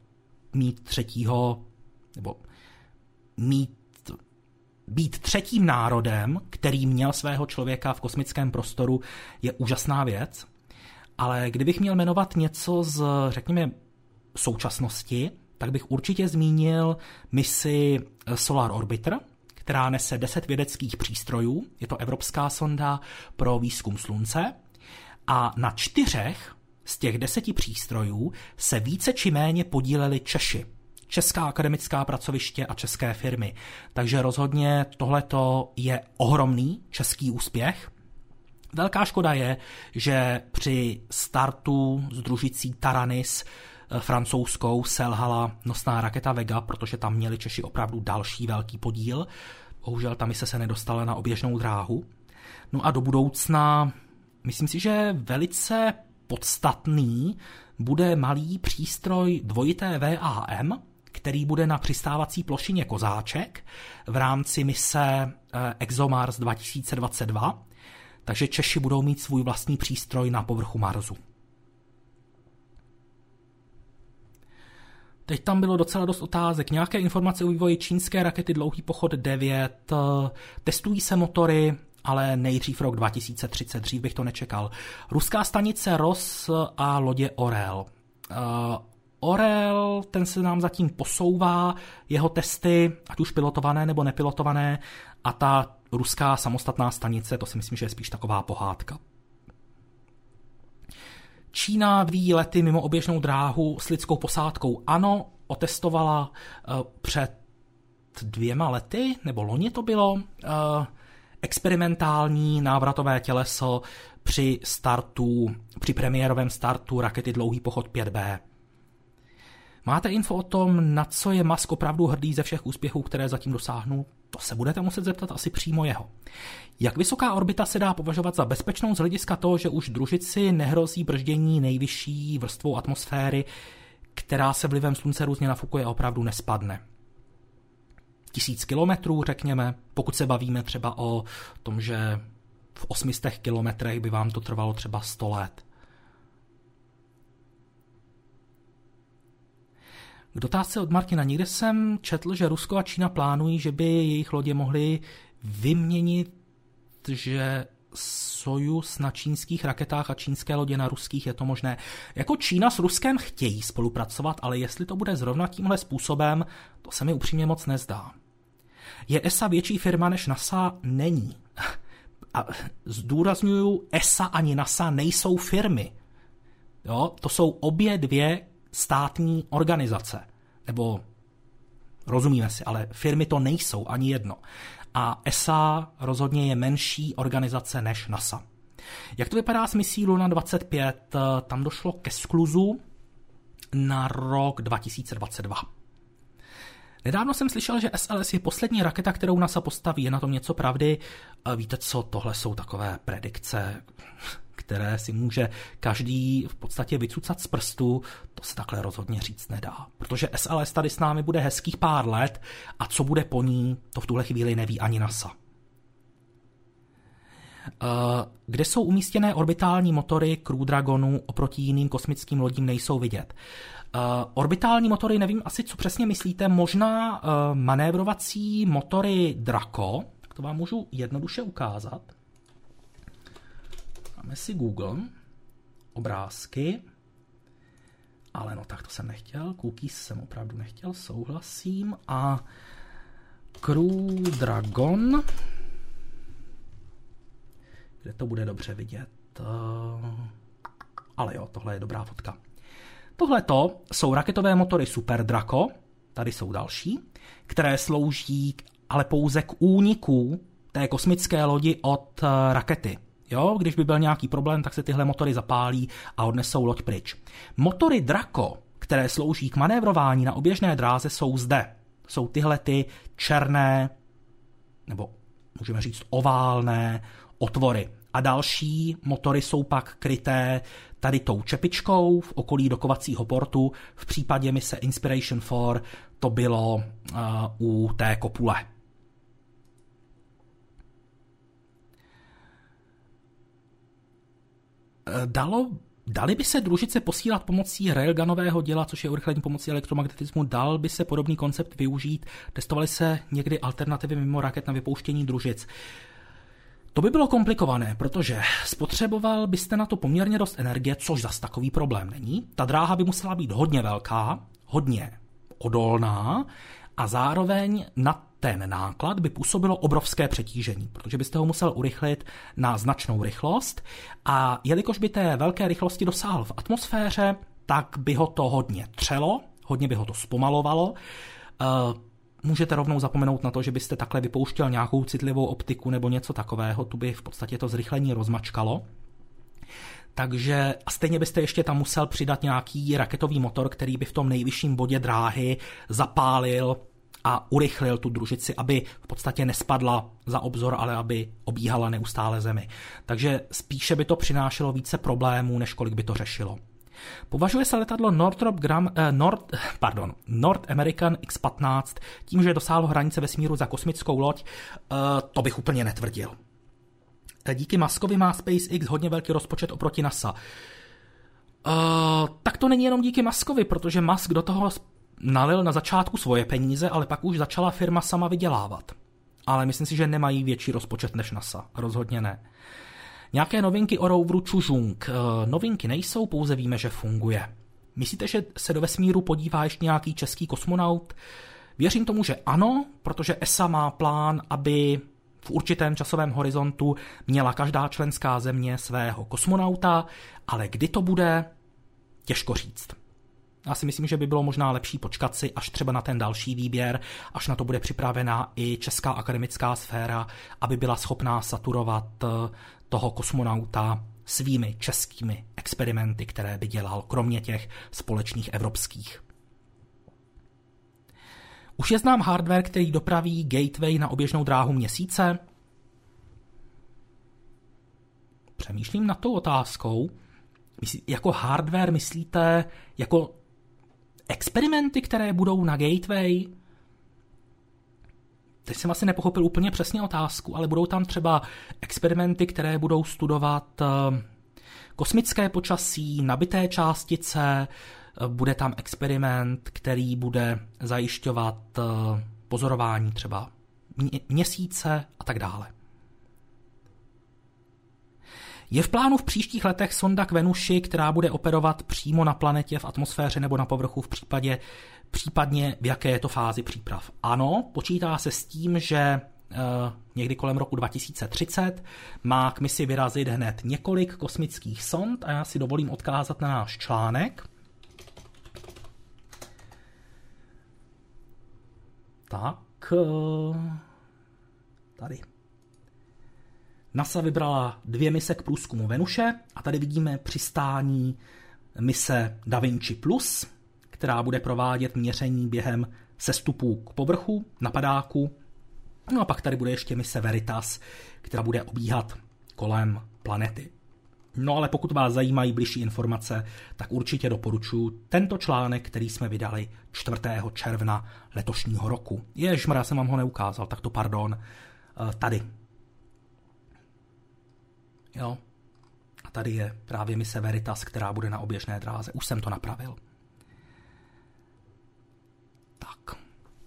být třetím národem, který měl svého člověka v kosmickém prostoru, je úžasná věc. Ale kdybych měl jmenovat něco z, řekněme, současnosti, tak bych určitě zmínil misi Solar Orbiter, která nese 10 vědeckých přístrojů. Je to evropská sonda pro výzkum Slunce. A na 4 z těch 10 přístrojů se více či méně podíleli Češi. Česká akademická pracoviště a české firmy. Takže rozhodně tohleto je ohromný český úspěch. Velká škoda je, že při startu s družicí Taranis francouzskou selhala nosná raketa Vega, protože tam měli Češi opravdu další velký podíl. Bohužel ta mise se nedostala na oběžnou dráhu. No a do budoucna myslím si, že velice podstatný bude malý přístroj 2VAM, který bude na přistávací plošině Kozáček v rámci mise ExoMars 2022, takže Češi budou mít svůj vlastní přístroj na povrchu Marsu. Teď tam bylo docela dost otázek. Nějaké informace o vývoji čínské rakety Dlouhý pochod 9. Testují se motory, ale nejdřív rok 2030, dřív bych to nečekal. Ruská stanice Ros a lodě Orel. Orel, ten se nám zatím posouvá, jeho testy, ať už pilotované nebo nepilotované, a ta ruská samostatná stanice, to si myslím, že je spíš taková pohádka. Čína vyvíjí lety mimo oběžnou dráhu s lidskou posádkou. Ano, otestovala před 2 lety, nebo loni to bylo, experimentální návratové těleso při premiérovém startu rakety Dlouhý pochod 5B. Máte info o tom, na co je Musk opravdu hrdý ze všech úspěchů, které zatím dosáhnul? To se budete muset zeptat asi přímo jeho. Jak vysoká orbita se dá považovat za bezpečnou z hlediska toho, že už družici nehrozí brždění nejvyšší vrstvou atmosféry, která se vlivem slunce různě nafukuje a opravdu nespadne? 1000 kilometrů, řekněme, pokud se bavíme třeba o tom, že v 800 kilometrech by vám to trvalo třeba 100 let. K dotázce od Martina. Někde jsem četl, že Rusko a Čína plánují, že by jejich lodě mohly vyměnit, že Sojuz na čínských raketách a čínské lodě na ruských, je to možné. Jako Čína s Ruskem chtějí spolupracovat, ale jestli to bude zrovna tímhle způsobem, to se mi upřímně moc nezdá. Je ESA větší firma než NASA? Není. A zdůrazňuju, ESA ani NASA nejsou firmy. Jo? To jsou obě dvě státní organizace. Nebo rozumíme si, ale firmy to nejsou ani jedno. A ESA rozhodně je menší organizace než NASA. Jak to vypadá s misí Luna 25? Tam došlo ke skluzu na rok 2022. Nedávno jsem slyšel, že SLS je poslední raketa, kterou NASA postaví. Je na tom něco pravdy? Víte co, tohle jsou takové predikce, které si může každý v podstatě vycucat z prstu. To se takhle rozhodně říct nedá. Protože SLS tady s námi bude hezkých pár let a co bude po ní, to v tuhle chvíli neví ani NASA. Kde jsou umístěné orbitální motory Crew Dragonu oproti jiným kosmickým lodím nejsou vidět. Orbitální motory, nevím asi, co přesně myslíte, možná manévrovací motory Draco, tak to vám můžu jednoduše ukázat. Máme si Google, obrázky, ale no tak to jsem nechtěl, cookies jsem opravdu nechtěl, souhlasím, a Crew Dragon, kde to bude dobře vidět, ale jo, tohle je dobrá fotka. Tohleto jsou raketové motory Super Draco, tady jsou další, které slouží ale pouze k úniku té kosmické lodi od rakety. Jo, když by byl nějaký problém, tak se tyhle motory zapálí a odnesou loď pryč. Motory Draco, které slouží k manévrování na oběžné dráze, jsou zde. Jsou tyhle ty černé, nebo můžeme říct oválné otvory. A další motory jsou pak kryté tady tou čepičkou v okolí dokovacího portu. V případě mise Inspiration 4 to bylo u té kopule. Dali by se družice posílat pomocí railgunového děla, což je urychlení pomocí elektromagnetismu, dal by se podobný koncept využít, testovaly se někdy alternativy mimo raket na vypouštění družic. To by bylo komplikované, protože spotřeboval byste na to poměrně dost energie, což zas takový problém není. Ta dráha by musela být hodně velká, hodně odolná a zároveň na ten náklad by působilo obrovské přetížení, protože byste ho musel urychlit na značnou rychlost a jelikož by té velké rychlosti dosáhl v atmosféře, tak by ho to hodně třelo, hodně by ho to zpomalovalo. Můžete rovnou zapomenout na to, že byste takhle vypouštěl nějakou citlivou optiku nebo něco takového, tu by v podstatě to zrychlení rozmačkalo. Takže a stejně byste ještě tam musel přidat nějaký raketový motor, který by v tom nejvyšším bodě dráhy zapálil a urychlil tu družici, aby v podstatě nespadla za obzor, ale aby obíhala neustále Zemi. Takže spíše by to přinášelo více problémů, než kolik by to řešilo. Považuje se letadlo North American X-15 tím, že dosáhlo hranice vesmíru za kosmickou loď? To bych úplně netvrdil. Díky Muskovi má SpaceX hodně velký rozpočet oproti NASA. Tak to není jenom díky Muskovi, protože Musk do toho nalil na začátku svoje peníze, ale pak už začala firma sama vydělávat. Ale myslím si, že nemají větší rozpočet než NASA. Rozhodně ne. Nějaké novinky o roveru Čužung. Novinky nejsou, pouze víme, že funguje. Myslíte, že se do vesmíru podívá ještě nějaký český kosmonaut? Věřím tomu, že ano, protože ESA má plán, aby v určitém časovém horizontu měla každá členská země svého kosmonauta, ale kdy to bude, těžko říct. Já si myslím, že by bylo možná lepší počkat si až třeba na ten další výběr, až na to bude připravená i česká akademická sféra, aby byla schopná saturovat toho kosmonauta svými českými experimenty, které by dělal, kromě těch společných evropských. Už je znám hardware, který dopraví Gateway na oběžnou dráhu Měsíce? Přemýšlím nad tou otázkou. Jako hardware myslíte jako experimenty, které budou na Gateway? Teď jsem asi nepochopil úplně přesně otázku, ale budou tam třeba experimenty, které budou studovat kosmické počasí, nabité částice, bude tam experiment, který bude zajišťovat pozorování třeba Měsíce a tak dále. Je v plánu v příštích letech sonda k Venuši, která bude operovat přímo na planetě v atmosféře nebo na povrchu případně v jaké je to fázi příprav? Ano, počítá se s tím, že někdy kolem roku 2030 má k misi vyrazit hned několik kosmických sond a já si dovolím odkázat na náš článek. Tak, tady. NASA vybrala 2 mise k průzkumu Venuše a tady vidíme přistání mise Da Vinci Plus, která bude provádět měření během sestupů k povrchu na padáku. No a pak tady bude ještě mise Veritas, která bude obíhat kolem planety. No ale pokud vás zajímají bližší informace, tak určitě doporučuji tento článek, který jsme vydali 4. června letošního roku. Ježmar, já jsem vám ho neukázal, tak to pardon. Tady. Jo. A tady je právě mise Veritas, která bude na oběžné dráze. Už jsem to napravil. Tak.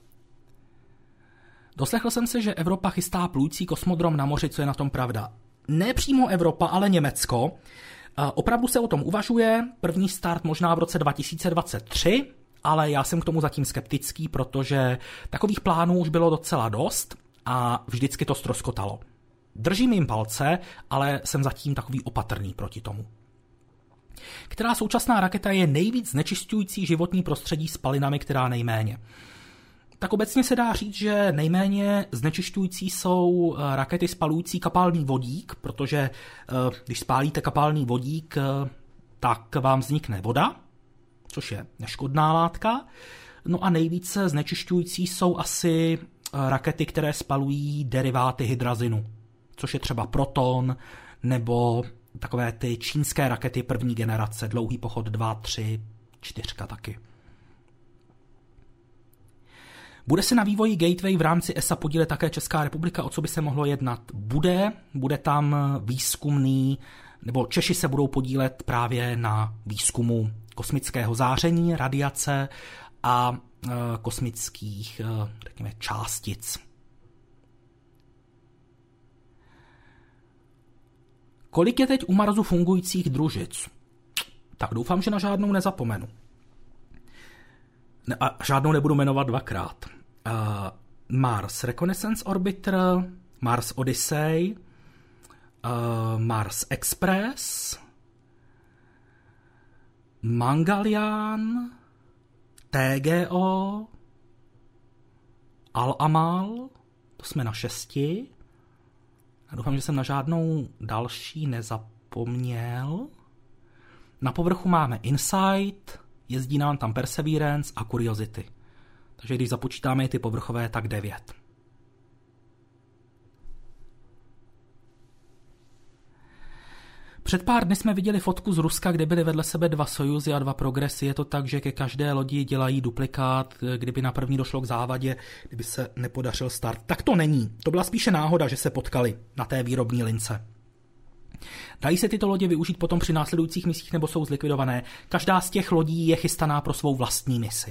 Doslechl jsem se, že Evropa chystá plující kosmodrom na moři, co je na tom pravda. Ne přímo Evropa, ale Německo. Opravdu se o tom uvažuje, první start možná v roce 2023, ale já jsem k tomu zatím skeptický, protože takových plánů už bylo docela dost a vždycky to ztroskotalo. Držím jim palce, ale jsem zatím takový opatrný proti tomu. Která současná raketa je nejvíc znečišťující životní prostředí spalinami, která nejméně? Tak obecně se dá říct, že nejméně znečišťující jsou rakety spalující kapalný vodík, protože když spálíte kapalný vodík, tak vám vznikne voda, což je neškodná látka. No a nejvíce znečišťující jsou asi rakety, které spalují deriváty hydrazinu, což je třeba Proton nebo takové ty čínské rakety první generace, dlouhý pochod 2, 3, 4 taky. Bude se na vývoji Gateway v rámci ESA podílet také Česká republika, o co by se mohlo jednat? Bude tam výzkumný, nebo Češi se budou podílet právě na výzkumu kosmického záření, radiace a kosmických, řekněme, částic. Kolik je teď u Marsu fungujících družic? Tak doufám, že na žádnou nezapomenu. A žádnou nebudu jmenovat dvakrát. Mars Reconnaissance Orbiter, Mars Odyssey, Mars Express, Mangalyaan, TGO, Al-Amal, to jsme na 6. Já doufám, že jsem na žádnou další nezapomněl. Na povrchu máme InSight, jezdí nám tam Perseverance a Curiosity. Takže když započítáme i ty povrchové, tak 9. Před pár dny jsme viděli fotku z Ruska, kde byly vedle sebe 2 Sojuzy a 2 Progressy. Je to tak, že ke každé lodi dělají duplikát, kdyby na první došlo k závadě, kdyby se nepodařil start. Tak to není. To byla spíše náhoda, že se potkali na té výrobní lince. Dají se tyto lodě využít potom při následujících misích nebo jsou zlikvidované? Každá z těch lodí je chystaná pro svou vlastní misi.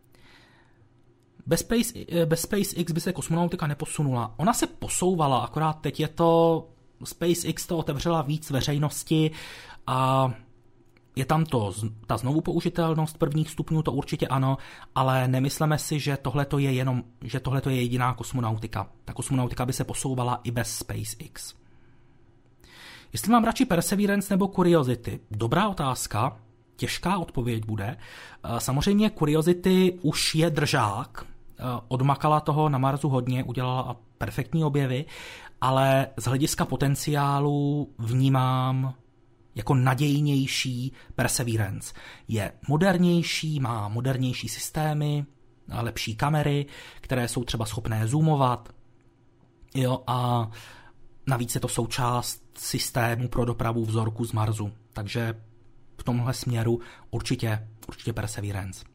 Bez SpaceX by se kosmonautika neposunula. Ona se posouvala, akorát teď je to... SpaceX to otevřela víc veřejnosti a je tam ta znovu použitelnost prvních stupňů, to určitě ano, ale nemyslíme si, že tohleto je jediná kosmonautika. Ta kosmonautika by se posouvala i bez SpaceX. Jestli mám radši Perseverance nebo Curiosity? Dobrá otázka, těžká odpověď bude. Samozřejmě Curiosity už je držák, odmakala toho na Marsu hodně, udělala perfektní objevy, ale z hlediska potenciálu vnímám jako nadějnější Perseverance. Je modernější, má modernější systémy, lepší kamery, které jsou třeba schopné zoomovat. Jo, a navíc je to součást systému pro dopravu vzorku z Marsu. Takže v tomhle směru určitě Perseverance.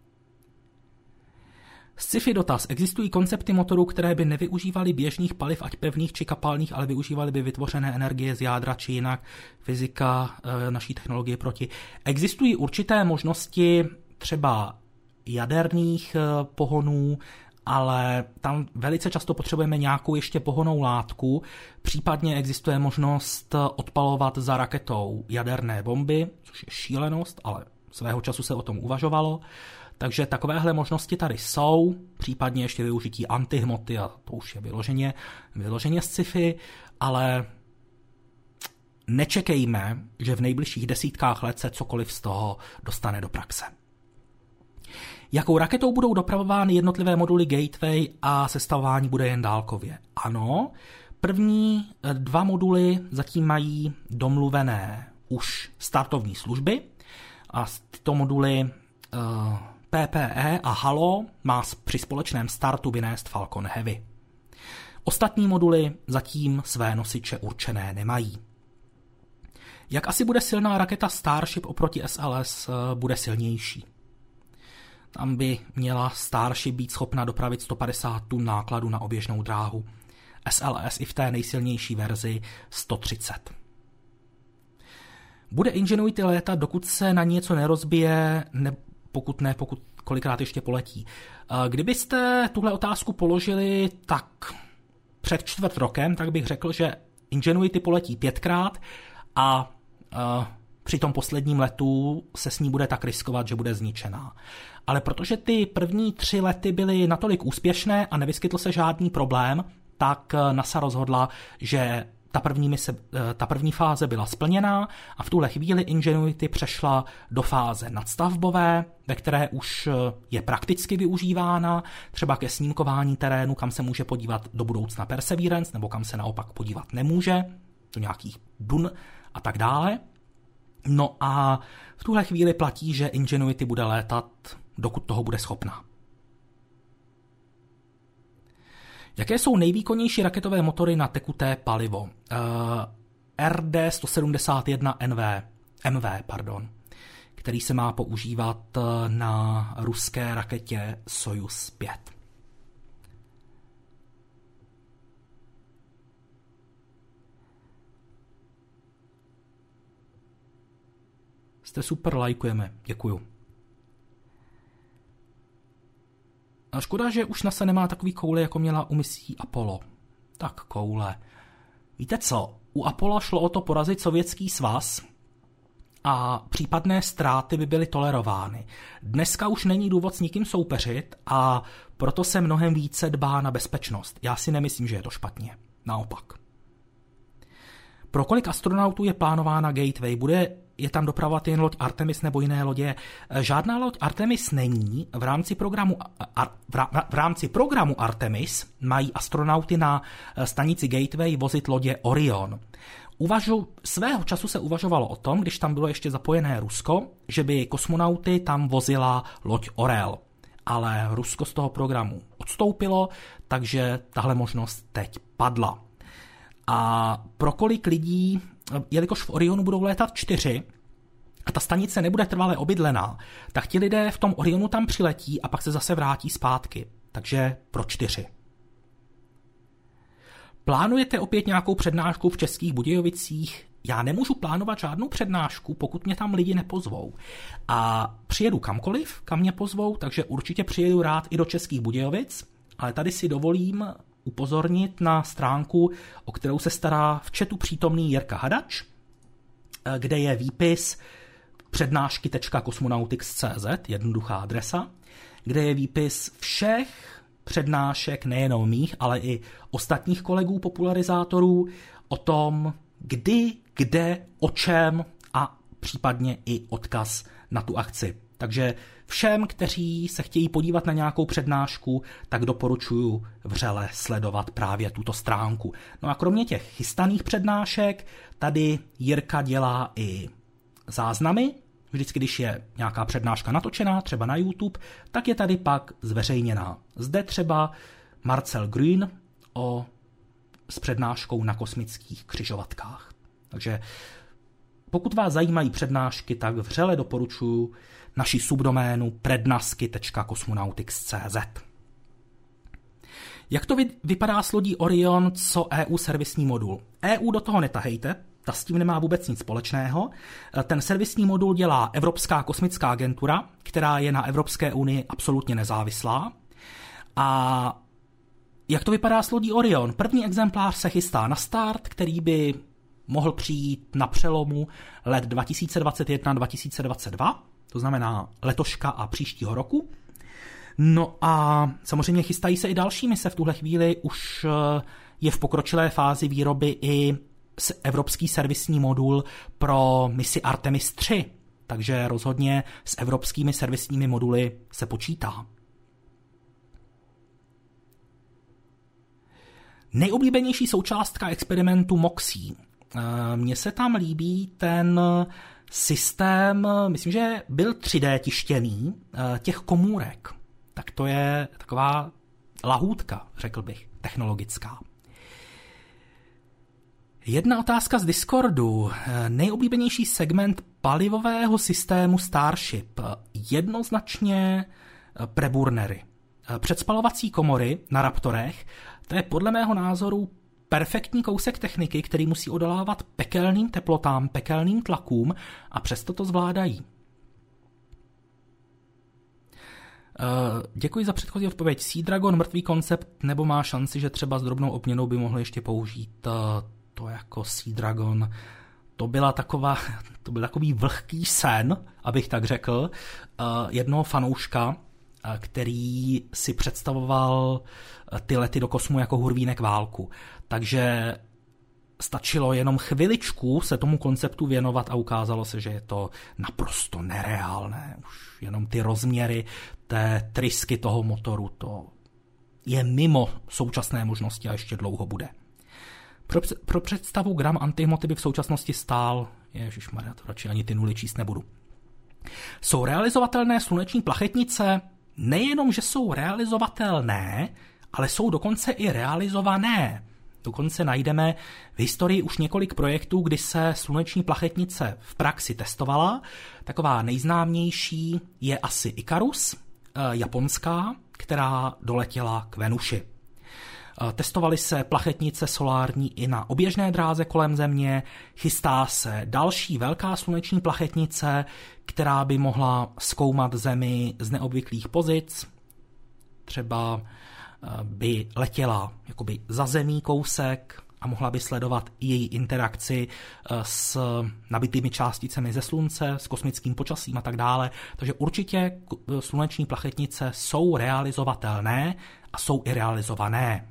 Sci-fi dotaz. Existují koncepty motorů, které by nevyužívaly běžných paliv, ať pevných či kapalných, ale využívaly by vytvořené energie z jádra či jinak fyzika naší technologie proti. Existují určité možnosti třeba jaderných pohonů, ale tam velice často potřebujeme nějakou ještě pohonnou látku, případně existuje možnost odpalovat za raketou jaderné bomby, což je šílenost, ale svého času se o tom uvažovalo. Takže takovéhle možnosti tady jsou, případně ještě využití antihmoty, a to už je vyloženě sci-fi, ale nečekejme, že v nejbližších desítkách let se cokoliv z toho dostane do praxe. Jakou raketou budou dopravovány jednotlivé moduly Gateway a sestavování bude jen dálkově? Ano, první 2 moduly zatím mají domluvené už startovní služby a tyto moduly PPE a Halo má při společném startu vynést Falcon Heavy. Ostatní moduly zatím své nosiče určené nemají. Jak asi bude silná raketa Starship oproti SLS, bude silnější. Tam by měla Starship být schopna dopravit 150 tun nákladu na oběžnou dráhu. SLS i v té nejsilnější verzi 130. Bude Ingenuity létat, dokud se na něco nerozbije, pokud kolikrát ještě poletí. Kdybyste tuhle otázku položili tak před 4 rokem, tak bych řekl, že Ingenuity poletí 5krát a při tom posledním letu se s ní bude tak riskovat, že bude zničená. Ale protože ty první 3 lety byly natolik úspěšné a nevyskytl se žádný problém, tak NASA rozhodla, že ta první fáze byla splněná a v tuhle chvíli Ingenuity přešla do fáze nadstavbové, ve které už je prakticky využívána, třeba ke snímkování terénu, kam se může podívat do budoucna Perseverance, nebo kam se naopak podívat nemůže, do nějakých dun a tak dále. No a v tuhle chvíli platí, že Ingenuity bude létat, dokud toho bude schopná. Jaké jsou nejvýkonnější raketové motory na tekuté palivo? RD-171 MV, který se má používat na ruské raketě Sojuz 5. Jste super, lajkujeme, děkuju. A škoda, že už NASA nemá takový koule, jako měla u misí Apollo. Tak koule. Víte co, u Apollo šlo o to porazit Sovětský svaz a případné ztráty by byly tolerovány. Dneska už není důvod s nikým soupeřit a proto se mnohem více dbá na bezpečnost. Já si nemyslím, že je to špatně. Naopak. Pro kolik astronautů je plánována Gateway? Je tam dopravovat jen loď Artemis nebo jiné lodě? Žádná loď Artemis není. V rámci programu Artemis mají astronauty na stanici Gateway vozit lodě Orion. Svého času se uvažovalo o tom, když tam bylo ještě zapojené Rusko, že by kosmonauty tam vozila loď Orel. Ale Rusko z toho programu odstoupilo, takže tahle možnost teď padla. A pro kolik lidí, jelikož v Orionu budou létat 4 a ta stanice nebude trvale obydlená, tak ti lidé v tom Orionu tam přiletí a pak se zase vrátí zpátky. Takže pro 4. Plánujete opět nějakou přednášku v Českých Budějovicích? Já nemůžu plánovat žádnou přednášku, pokud mě tam lidi nepozvou. A přijedu kamkoliv, kam mě pozvou, takže určitě přijedu rád i do Českých Budějovic, ale tady si dovolím upozornit na stránku, o kterou se stará v chatu přítomný Jirka Hadač, kde je výpis přednášky.cosmonautics.cz, jednoduchá adresa, kde je výpis všech přednášek, nejenom mých, ale i ostatních kolegů popularizátorů o tom, kdy, kde, o čem a případně i odkaz na tu akci. Takže všem, kteří se chtějí podívat na nějakou přednášku, tak doporučuji vřele sledovat právě tuto stránku. No a kromě těch chystaných přednášek, tady Jirka dělá i záznamy Vždycky, když je nějaká přednáška natočená, třeba na YouTube, tak je tady pak zveřejněná. Zde třeba Marcel Grün s přednáškou na kosmických křižovatkách. Takže pokud vás zajímají přednášky, tak vřele doporučuji naši subdoménu prednasky.cosmonautics.cz. Jak to vypadá s lodí Orion, co EU servisní modul? EU do toho netahejte, ta s tím nemá vůbec nic společného. Ten servisní modul dělá Evropská kosmická agentura, která je na Evropské unii absolutně nezávislá. A jak to vypadá s lodí Orion? První exemplář se chystá na start, který by mohl přijít na přelomu let 2021-2022, to znamená letoška a příštího roku. No a samozřejmě chystají se i další mise. V tuhle chvíli už je v pokročilé fázi výroby i evropský servisní modul pro misi Artemis 3, takže rozhodně s evropskými servisními moduly se počítá. Nejoblíbenější součástka experimentu MOXIE. Mně se tam líbí ten systém, myslím, že byl 3D tištěný, těch komůrek. Tak to je taková lahůdka, řekl bych, technologická. Jedna otázka z Discordu. Nejoblíbenější segment palivového systému Starship. Jednoznačně preburnery. Předspalovací komory na Raptorech, to je podle mého názoru perfektní kousek techniky, který musí odolávat pekelným teplotám, pekelným tlakům a přesto to zvládají. Děkuji za předchozí odpověď. Sea Dragon mrtvý koncept, nebo má šanci, že třeba s drobnou obměnou by mohl ještě použít to jako Sea Dragon. To byl takový vlhký sen, abych tak řekl, jednoho fanouška, který si představoval ty lety do kosmu jako hurvínek válku. Takže stačilo jenom chviličku se tomu konceptu věnovat a ukázalo se, že je to naprosto nereálné. Už jenom ty rozměry té trysky toho motoru, to je mimo současné možnosti a ještě dlouho bude. Pro představu gram antihmoty by v současnosti stál, ježišmarja, to radši ani ty nuly číst nebudu. Jsou realizovatelné sluneční plachetnice? Nejenom, že jsou realizovatelné, ale jsou dokonce i realizované. Dokonce najdeme v historii už několik projektů, kdy se sluneční plachetnice v praxi testovala. Taková nejznámější je asi Icarus, japonská, která doletěla k Venuši. Testovaly se plachetnice solární i na oběžné dráze kolem Země. Chystá se další velká sluneční plachetnice, která by mohla zkoumat Zemi z neobvyklých pozic. Třeba by letěla jakoby za Zemí kousek a mohla by sledovat i její interakci s nabitými částicemi ze Slunce, s kosmickým počasím a tak dále. Takže určitě sluneční plachetnice jsou realizovatelné a jsou i realizované.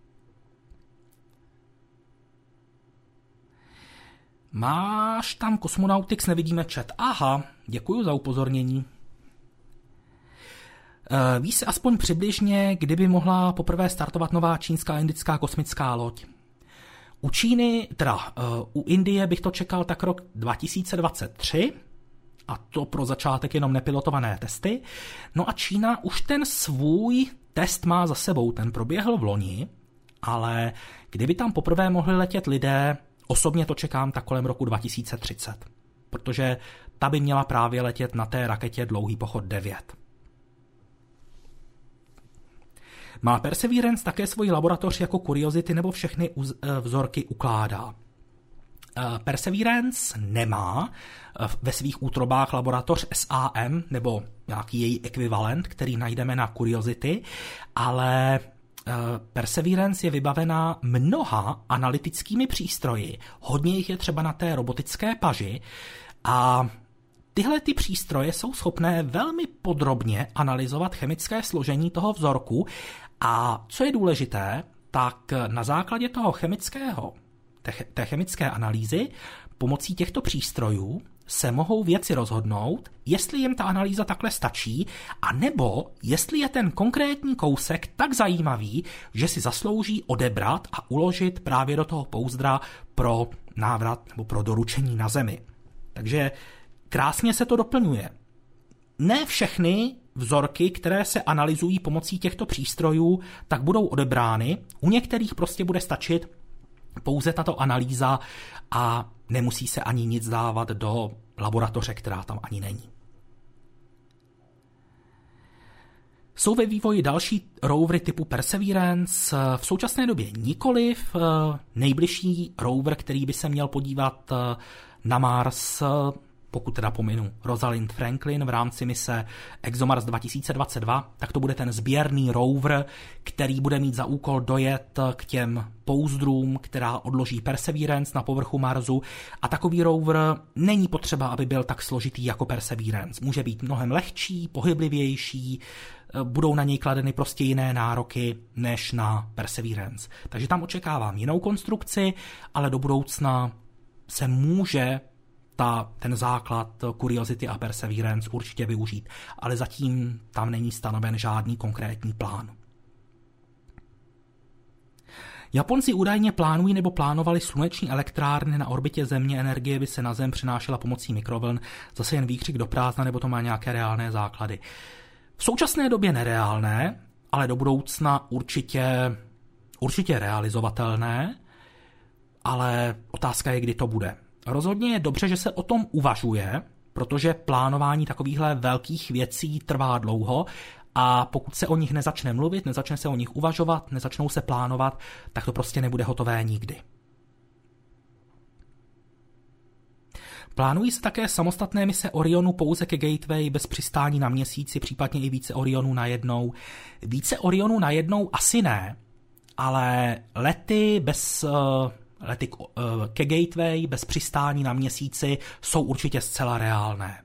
Máš tam Cosmonautics, nevidíme chat. Aha, děkuji za upozornění. Ví se aspoň přibližně, kdyby mohla poprvé startovat nová čínská a indická kosmická loď. U Číny, u Indie bych to čekal tak rok 2023, a to pro začátek jenom nepilotované testy. No a Čína už ten svůj test má za sebou, ten proběhl v loni, ale kdyby tam poprvé mohli letět lidé, osobně to čekám tak kolem roku 2030, protože ta by měla právě letět na té raketě Dlouhý pochod 9. Má Perseverance také svoji laboratoř jako Curiosity nebo všechny vzorky ukládá? Perseverance nemá ve svých útrobách laboratoř SAM nebo nějaký její ekvivalent, který najdeme na Curiosity, ale Perseverance je vybavená mnoha analytickými přístroji, hodně jich je třeba na té robotické paži a tyhle ty přístroje jsou schopné velmi podrobně analyzovat chemické složení toho vzorku a co je důležité, tak na základě toho té chemické analýzy pomocí těchto přístrojů se mohou vědci rozhodnout, jestli jim ta analýza takhle stačí, anebo jestli je ten konkrétní kousek tak zajímavý, že si zaslouží odebrat a uložit právě do toho pouzdra pro návrat nebo pro doručení na Zemi. Takže krásně se to doplňuje. Ne všechny vzorky, které se analyzují pomocí těchto přístrojů, tak budou odebrány. U některých prostě bude stačit pouze tato analýza a nemusí se ani nic dávat do laboratoře, která tam ani není. Jsou ve vývoji další rovery typu Perseverance, v současné době nikoliv. Nejbližší rover, který by se měl podívat na Mars, pokud teda pominu Rosalind Franklin v rámci mise ExoMars 2022, tak to bude ten sběrný rover, který bude mít za úkol dojet k těm pouzdrům, která odloží Perseverance na povrchu Marsu. A takový rover není potřeba, aby byl tak složitý jako Perseverance. Může být mnohem lehčí, pohyblivější, budou na něj kladeny prostě jiné nároky než na Perseverance. Takže tam očekávám jinou konstrukci, ale do budoucna se může ten základ Curiosity a Perseverance určitě využít, ale zatím tam není stanoven žádný konkrétní plán. Japonci údajně plánují nebo plánovali sluneční elektrárny na orbitě Země, energie by se na Zem přenášela pomocí mikrovln, zase jen výkřik do prázdna, nebo to má nějaké reálné základy. V současné době nereálné, ale do budoucna určitě realizovatelné, ale otázka je, kdy to bude. Rozhodně je dobře, že se o tom uvažuje, protože plánování takovýchhle velkých věcí trvá dlouho a pokud se o nich nezačne mluvit, nezačne se o nich uvažovat, nezačnou se plánovat, tak to prostě nebude hotové nikdy. Plánují se také samostatné mise Orionu pouze ke Gateway bez přistání na Měsíci, případně i více Orionů najednou. Více Orionů najednou asi ne, ale lety ke Gateway bez přistání na Měsíci jsou určitě zcela reálné.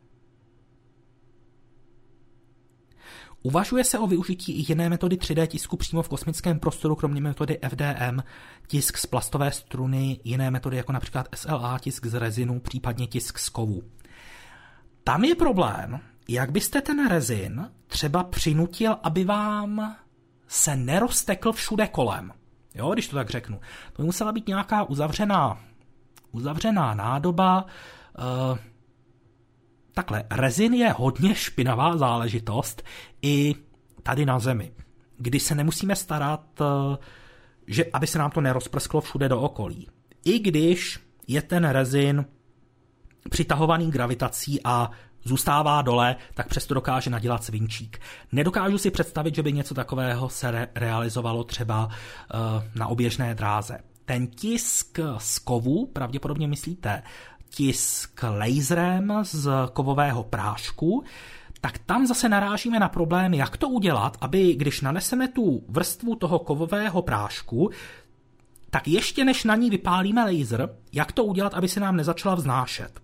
Uvažuje se o využití i jiné metody 3D tisku přímo v kosmickém prostoru, kromě metody FDM, tisk z plastové struny, jiné metody jako například SLA, tisk z rezinu, případně tisk z kovu. Tam je problém, jak byste ten rezin třeba přinutil, aby vám se neroztekl všude kolem. Jo, když to tak řeknu. To by musela být nějaká uzavřená nádoba. Takhle, rezin je hodně špinavá záležitost i tady na Zemi, kdy se nemusíme starat, aby se nám to nerozprsklo všude do okolí. I když je ten rezin přitahovaný gravitací a zůstává dole, tak přesto dokáže nadělat svinčík. Nedokážu si představit, že by něco takového se realizovalo třeba na oběžné dráze. Ten tisk z kovu, pravděpodobně myslíte tisk laserem z kovového prášku, tak tam zase narážíme na problém, jak to udělat, aby když naneseme tu vrstvu toho kovového prášku, tak ještě než na ní vypálíme laser, jak to udělat, aby se nám nezačala vznášet.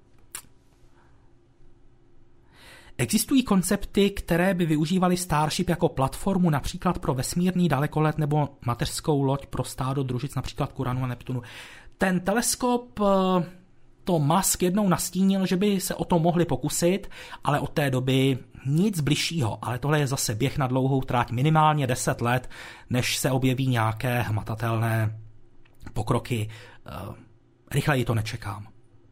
Existují koncepty, které by využívaly Starship jako platformu například pro vesmírný dalekolet nebo mateřskou loď pro stádo družic, například Kuranu a Neptunu. Ten teleskop to Musk jednou nastínil, že by se o to mohli pokusit, ale od té doby nic bližšího. Ale tohle je zase běh na dlouhou tráť, minimálně 10 let, než se objeví nějaké hmatatelné pokroky. Rychleji to nečekám.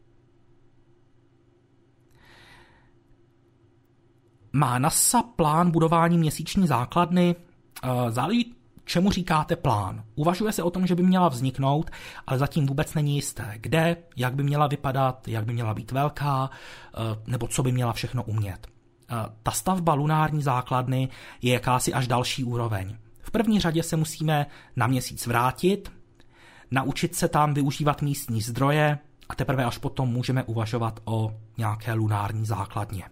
Má NASA plán budování měsíční základny? Záleží, čemu říkáte plán. Uvažuje se o tom, že by měla vzniknout, ale zatím vůbec není jisté, kde, jak by měla vypadat, jak by měla být velká, nebo co by měla všechno umět. Ta stavba lunární základny je jakási až další úroveň. V první řadě se musíme na Měsíc vrátit, naučit se tam využívat místní zdroje a teprve až potom můžeme uvažovat o nějaké lunární základně.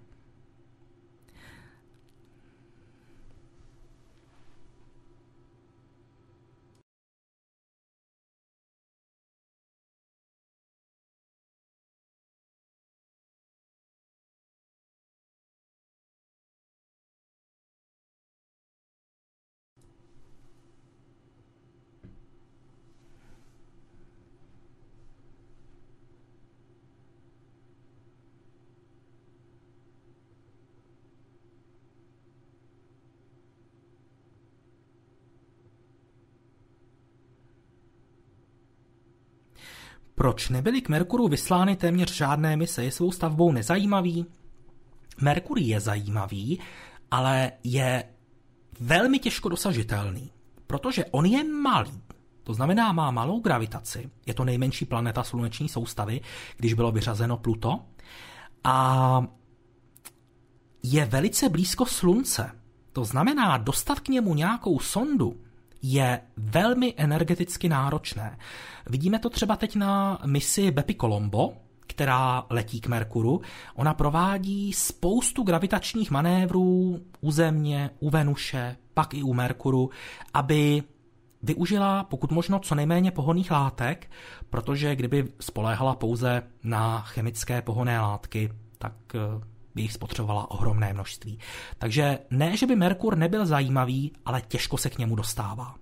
Proč nebyly k Merkuru vyslány téměř žádné mise? Je svou stavbou nezajímavý? Merkur je zajímavý, ale je velmi těžko dosažitelný, protože on je malý. To znamená, má malou gravitaci. Je to nejmenší planeta sluneční soustavy, když bylo vyřazeno Pluto. A je velice blízko Slunce. To znamená, dostat k němu nějakou sondu je velmi energeticky náročné. Vidíme to třeba teď na misi Bepi Colombo, která letí k Merkuru. Ona provádí spoustu gravitačních manévrů u Země, u Venuše, pak i u Merkuru, aby využila pokud možno co nejméně pohonných látek, protože kdyby spoléhala pouze na chemické pohonné látky, tak by jich spotřebovala ohromné množství. Takže ne, že by Merkur nebyl zajímavý, ale těžko se k němu dostává.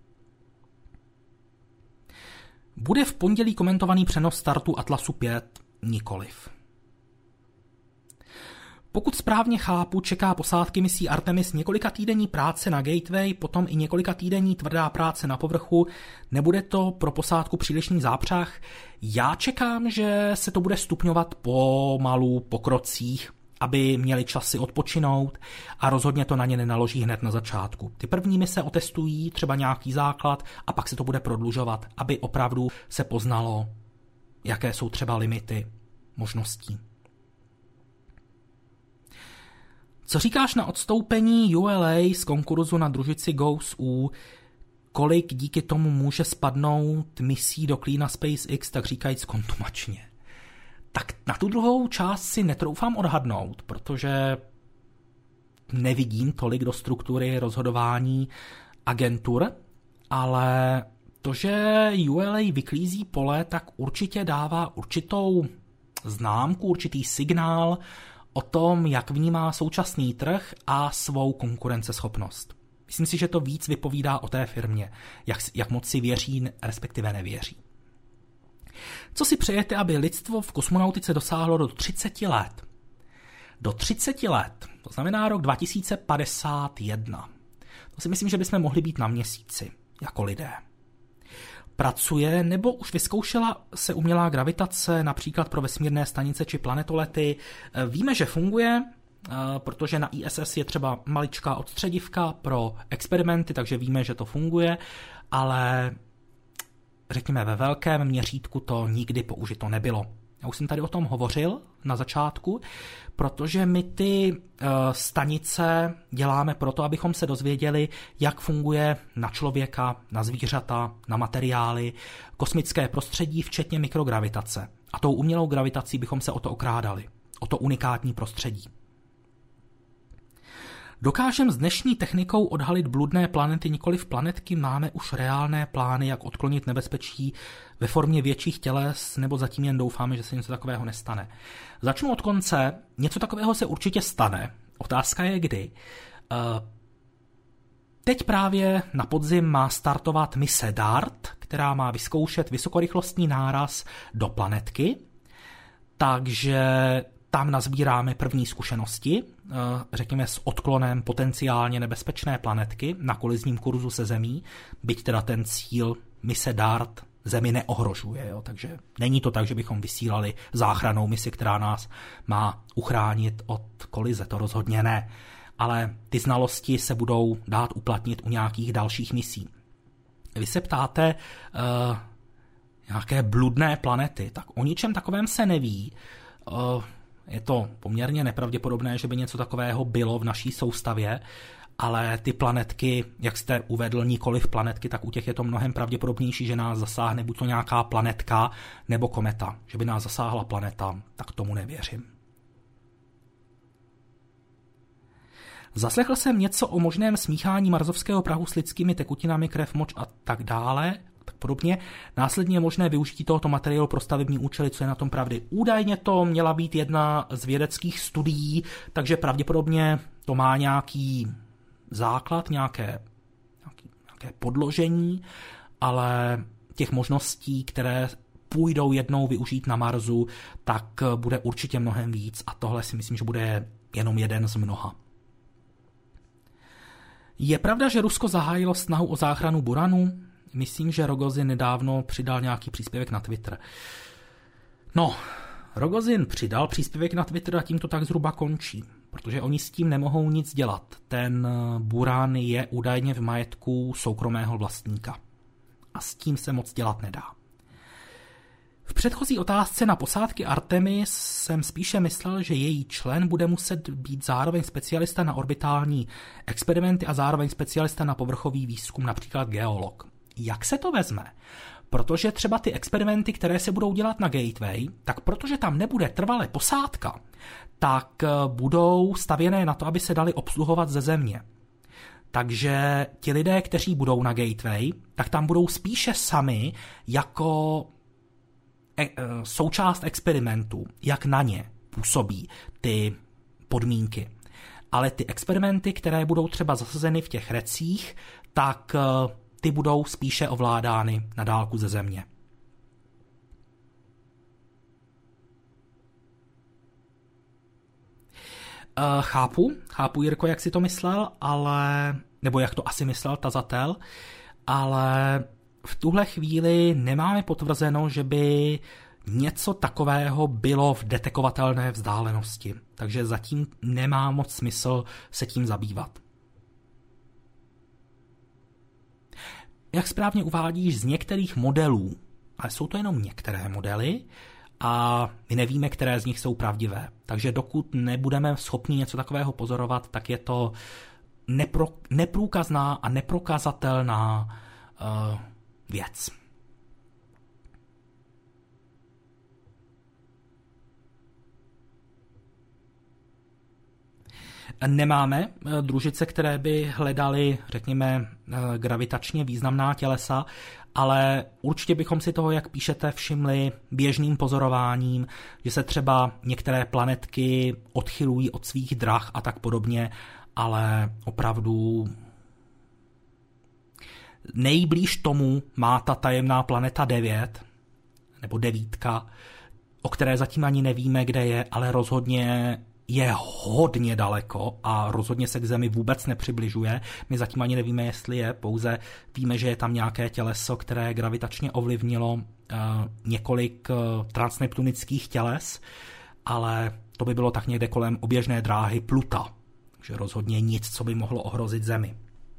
Bude v pondělí komentovaný přenos startu Atlasu 5? Nikoliv. Pokud správně chápu, čeká posádky misí Artemis několika týdenní práce na Gateway, potom i několika týdenní tvrdá práce na povrchu. Nebude to pro posádku přílišný zápřah? Já čekám, že se to bude stupňovat pomalu, po krocích, aby měli čas si odpočinout a rozhodně to na ně nenaloží hned na začátku. Ty první mise otestují třeba nějaký základ a pak se to bude prodlužovat, aby opravdu se poznalo, jaké jsou třeba limity možností. Co říkáš na odstoupení ULA z konkurzu na družici GOES-U? Kolik díky tomu může spadnout misí do klína SpaceX, tak říkajíc kontumačně? Tak na tu druhou část si netroufám odhadnout, protože nevidím tolik do struktury rozhodování agentur, ale to, že ULA vyklízí pole, tak určitě dává určitou známku, určitý signál o tom, jak vnímá současný trh a svou konkurenceschopnost. Myslím si, že to víc vypovídá o té firmě, jak moc si věří, respektive nevěří. Co si přejete, aby lidstvo v kosmonautice dosáhlo do 30 let? Do 30 let, to znamená rok 2051. To si myslím, že bychom mohli být na Měsíci, jako lidé. Pracuje nebo už vyzkoušela se umělá gravitace, například pro vesmírné stanice či planetolety? Víme, že funguje, protože na ISS je třeba maličká odstředivka pro experimenty, takže víme, že to funguje, ale řekněme ve velkém měřítku to nikdy použito nebylo. Já už jsem tady o tom hovořil na začátku, protože my ty stanice děláme proto, abychom se dozvěděli, jak funguje na člověka, na zvířata, na materiály, kosmické prostředí, včetně mikrogravitace. A tou umělou gravitací bychom se o to okrádali, o to unikátní prostředí. Dokážeme s dnešní technikou odhalit bludné planety, nikoliv planetky, máme už reálné plány, jak odklonit nebezpečí ve formě větších těles, nebo zatím jen doufáme, že se něco takového nestane. Začnu od konce, něco takového se určitě stane, otázka je kdy. Teď právě na podzim má startovat mise DART, která má vyzkoušet vysokorychlostní náraz do planetky, takže tam nazbíráme první zkušenosti, řekněme s odklonem potenciálně nebezpečné planetky na kolizním kurzu se Zemí, byť teda ten cíl mise DART Zemi neohrožuje, jo? Takže není to tak, že bychom vysílali záchrannou misi, která nás má uchránit od kolize, to rozhodně ne, ale ty znalosti se budou dát uplatnit u nějakých dalších misí. Vy se ptáte, nějaké bludné planety, tak o ničem takovém se neví. Je to poměrně nepravděpodobné, že by něco takového bylo v naší soustavě, ale ty planetky, jak jste uvedl, nikoliv planetky, tak u těch je to mnohem pravděpodobnější, že nás zasáhne buď to nějaká planetka nebo kometa. Že by nás zasáhla planeta, tak tomu nevěřím. Zaslechl jsem něco o možném smíchání marsovského prahu s lidskými tekutinami, krev, moč a tak dále, tak podobně. Následně je možné využití tohoto materiálu pro stavební účely, co je na tom pravdy. Údajně to měla být jedna z vědeckých studií, takže pravděpodobně to má nějaký základ, nějaké podložení, ale těch možností, které půjdou jednou využít na Marsu, tak bude určitě mnohem víc a tohle si myslím, že bude jenom jeden z mnoha. Je pravda, že Rusko zahájilo snahu o záchranu Buranu? Myslím, že Rogozin nedávno přidal nějaký příspěvek na Twitter. No, Rogozin přidal příspěvek na Twitter a tím to tak zhruba končí, protože oni s tím nemohou nic dělat. Ten Buran je údajně v majetku soukromého vlastníka a s tím se moc dělat nedá. V předchozí otázce na posádky Artemis jsem spíše myslel, že její člen bude muset být zároveň specialista na orbitální experimenty a zároveň specialista na povrchový výzkum, například geolog. Jak se to vezme? Protože třeba ty experimenty, které se budou dělat na Gateway, tak protože tam nebude trvale posádka, tak budou stavěné na to, aby se dali obsluhovat ze země. Takže ti lidé, kteří budou na Gateway, tak tam budou spíše sami jako součást experimentu, jak na ně působí ty podmínky. Ale ty experimenty, které budou třeba zasazeny v těch recích, tak ty budou spíše ovládány na dálku ze země. Chápu, Jirko, jak si to myslel, nebo jak to asi myslel tazatel, ale v tuhle chvíli nemáme potvrzeno, že by něco takového bylo v detekovatelné vzdálenosti, takže zatím nemá moc smysl se tím zabývat. Jak správně uvádíš, z některých modelů, ale jsou to jenom některé modely a my nevíme, které z nich jsou pravdivé. Takže dokud nebudeme schopni něco takového pozorovat, tak je to neprůkazná a neprokazatelná věc. Nemáme družice, které by hledaly, řekněme, gravitačně významná tělesa, ale určitě bychom si toho, jak píšete, všimli běžným pozorováním, že se třeba některé planetky odchylují od svých drah a tak podobně, ale opravdu nejblíž tomu má ta tajemná planeta 9, nebo 9, o které zatím ani nevíme, kde je, ale rozhodně je hodně daleko a rozhodně se k Zemi vůbec nepřibližuje. My zatím ani nevíme, jestli je, pouze víme, že je tam nějaké těleso, které gravitačně ovlivnilo několik transneptunických těles, ale to by bylo tak někde kolem oběžné dráhy Pluta, takže rozhodně nic, co by mohlo ohrozit Zemi.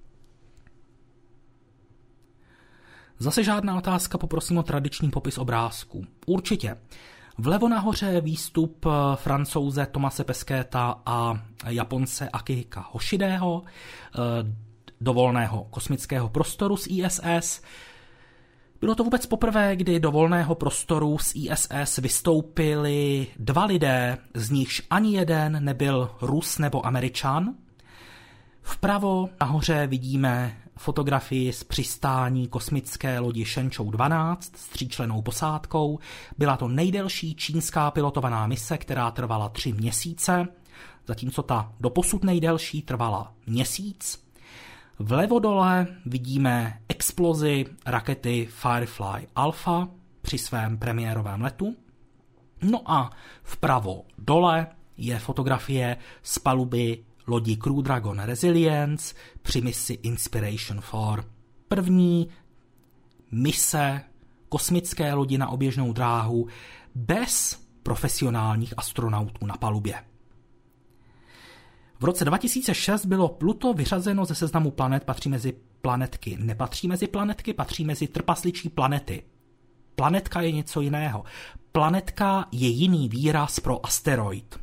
Zase žádná otázka, poprosím o tradiční popis obrázku. Určitě. Vlevo nahoře výstup Francouze Thomase Pesqueta a Japonce Akihika Hoshidého do volného kosmického prostoru z ISS. Bylo to vůbec poprvé, kdy do volného prostoru z ISS vystoupili dva lidé, z nichž ani jeden nebyl Rus nebo Američan. Vpravo nahoře vidíme fotografii z přistání kosmické lodi Shenzhou 12 s 3člennou posádkou. Byla to nejdelší čínská pilotovaná mise, která trvala 3 měsíce, zatímco ta doposud nejdelší trvala měsíc. Vlevo dole vidíme explozi rakety Firefly Alpha při svém premiérovém letu. No a vpravo dole je fotografie z paluby lodi Crew Dragon Resilience při misi Inspiration 4. První mise kosmické lodi na oběžnou dráhu bez profesionálních astronautů na palubě. V roce 2006 bylo Pluto vyřazeno ze seznamu planet, patří mezi planetky. Nepatří mezi planetky, patří mezi trpasličí planety. Planetka je něco jiného. Planetka je jiný výraz pro asteroid.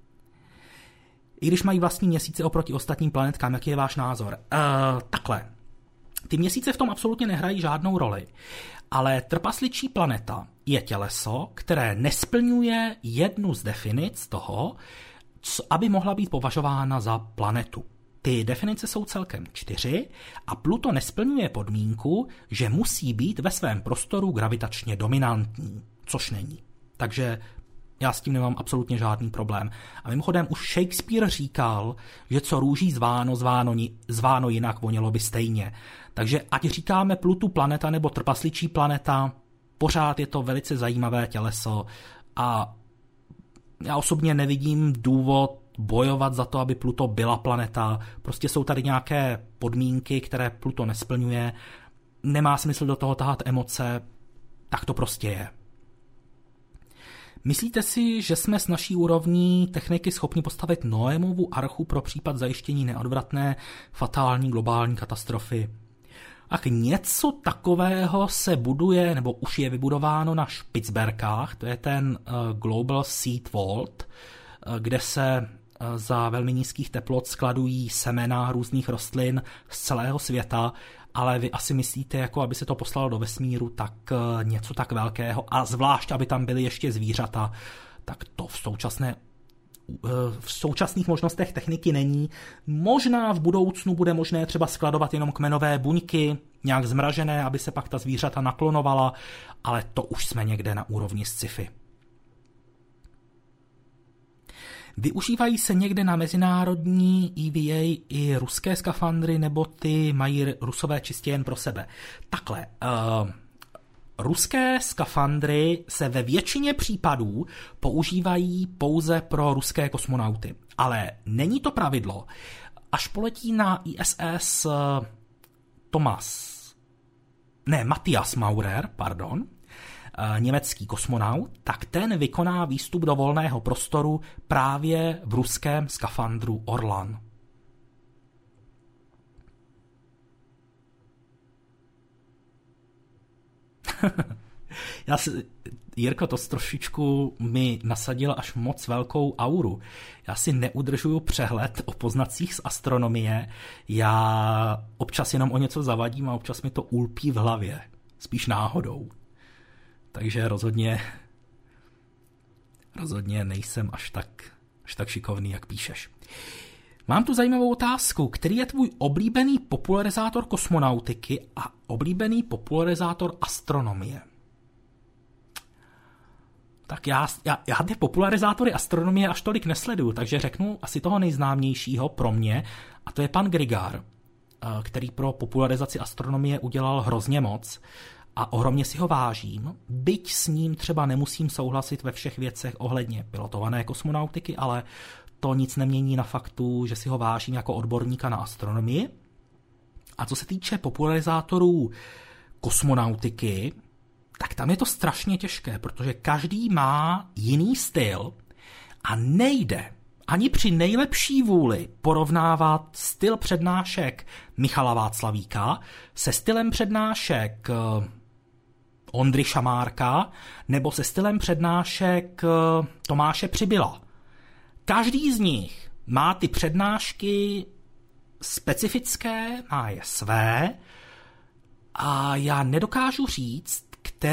I když mají vlastní měsíce oproti ostatním planetkám, jaký je váš názor? Takhle. Ty měsíce v tom absolutně nehrají žádnou roli, ale trpasličí planeta je těleso, které nesplňuje jednu z definic toho, aby mohla být považována za planetu. Ty definice jsou celkem 4 a Pluto nesplňuje podmínku, že musí být ve svém prostoru gravitačně dominantní, což není. Takže já s tím nemám absolutně žádný problém. A mimochodem už Shakespeare říkal, že co růží zváno jinak, vonělo by stejně. Takže ať říkáme Plutu planeta nebo trpasličí planeta, pořád je to velice zajímavé těleso a já osobně nevidím důvod bojovat za to, aby Pluto byla planeta. Prostě jsou tady nějaké podmínky, které Pluto nesplňuje nemá smysl do toho tahat emoce, tak to prostě je. Myslíte si, že jsme s naší úrovní techniky schopni postavit Noémovu archu pro případ zajištění neodvratné fatální globální katastrofy? Tak něco takového se buduje, nebo už je vybudováno na Špicberkách, to je ten Global Seed Vault, kde se za velmi nízkých teplot skladují semena různých rostlin z celého světa, ale vy asi myslíte, jako aby se to poslalo do vesmíru, tak něco tak velkého, a zvlášť, aby tam byly ještě zvířata, tak to v současných možnostech techniky není. Možná v budoucnu bude možné třeba skladovat jenom kmenové buňky, nějak zmražené, aby se pak ta zvířata naklonovala, ale to už jsme někde na úrovni sci-fi. Využívají se někde na mezinárodní EVA i ruské skafandry, nebo ty mají Rusové čistě jen pro sebe? Takhle, ruské skafandry se ve většině případů používají pouze pro ruské kosmonauty, ale není to pravidlo. Až poletí na ISS Matthias Maurer, německý kosmonaut, tak ten vykoná výstup do volného prostoru právě v ruském skafandru Orlan. Jirko, to trošičku mi nasadil až moc velkou auru. Já si neudržuju přehled o poznacích z astronomie, já občas jenom o něco zavadím a občas mi to ulpí v hlavě. Spíš náhodou. Takže rozhodně nejsem až tak šikovný, jak píšeš. Mám tu zajímavou otázku. Který je tvůj oblíbený popularizátor kosmonautiky a oblíbený popularizátor astronomie? Tak já ty popularizátory astronomie až tolik nesleduju, takže řeknu asi toho nejznámějšího pro mě, a to je pan Grigar, který pro popularizaci astronomie udělal hrozně moc a ohromně si ho vážím, byť s ním třeba nemusím souhlasit ve všech věcech ohledně pilotované kosmonautiky, ale to nic nemění na faktu, že si ho vážím jako odborníka na astronomii. A co se týče popularizátorů kosmonautiky, tak tam je to strašně těžké, protože každý má jiný styl a nejde ani při nejlepší vůli porovnávat styl přednášek Michala Václavíka se stylem přednášek Ondry Šamárka nebo se stylem přednášek Tomáše Přibyla. Každý z nich má ty přednášky specifické, má je své a já nedokážu říct,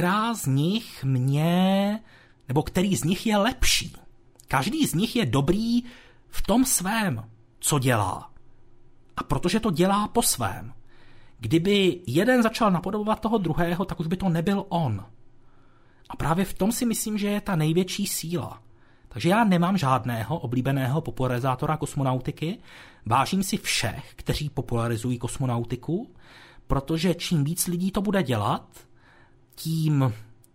který z nich je lepší. Každý z nich je dobrý v tom svém, co dělá. A protože to dělá po svém. Kdyby jeden začal napodobovat toho druhého, tak už by to nebyl on. A právě v tom si myslím, že je ta největší síla. Takže já nemám žádného oblíbeného popularizátora kosmonautiky, vážím si všech, kteří popularizují kosmonautiku, protože čím víc lidí to bude dělat, tím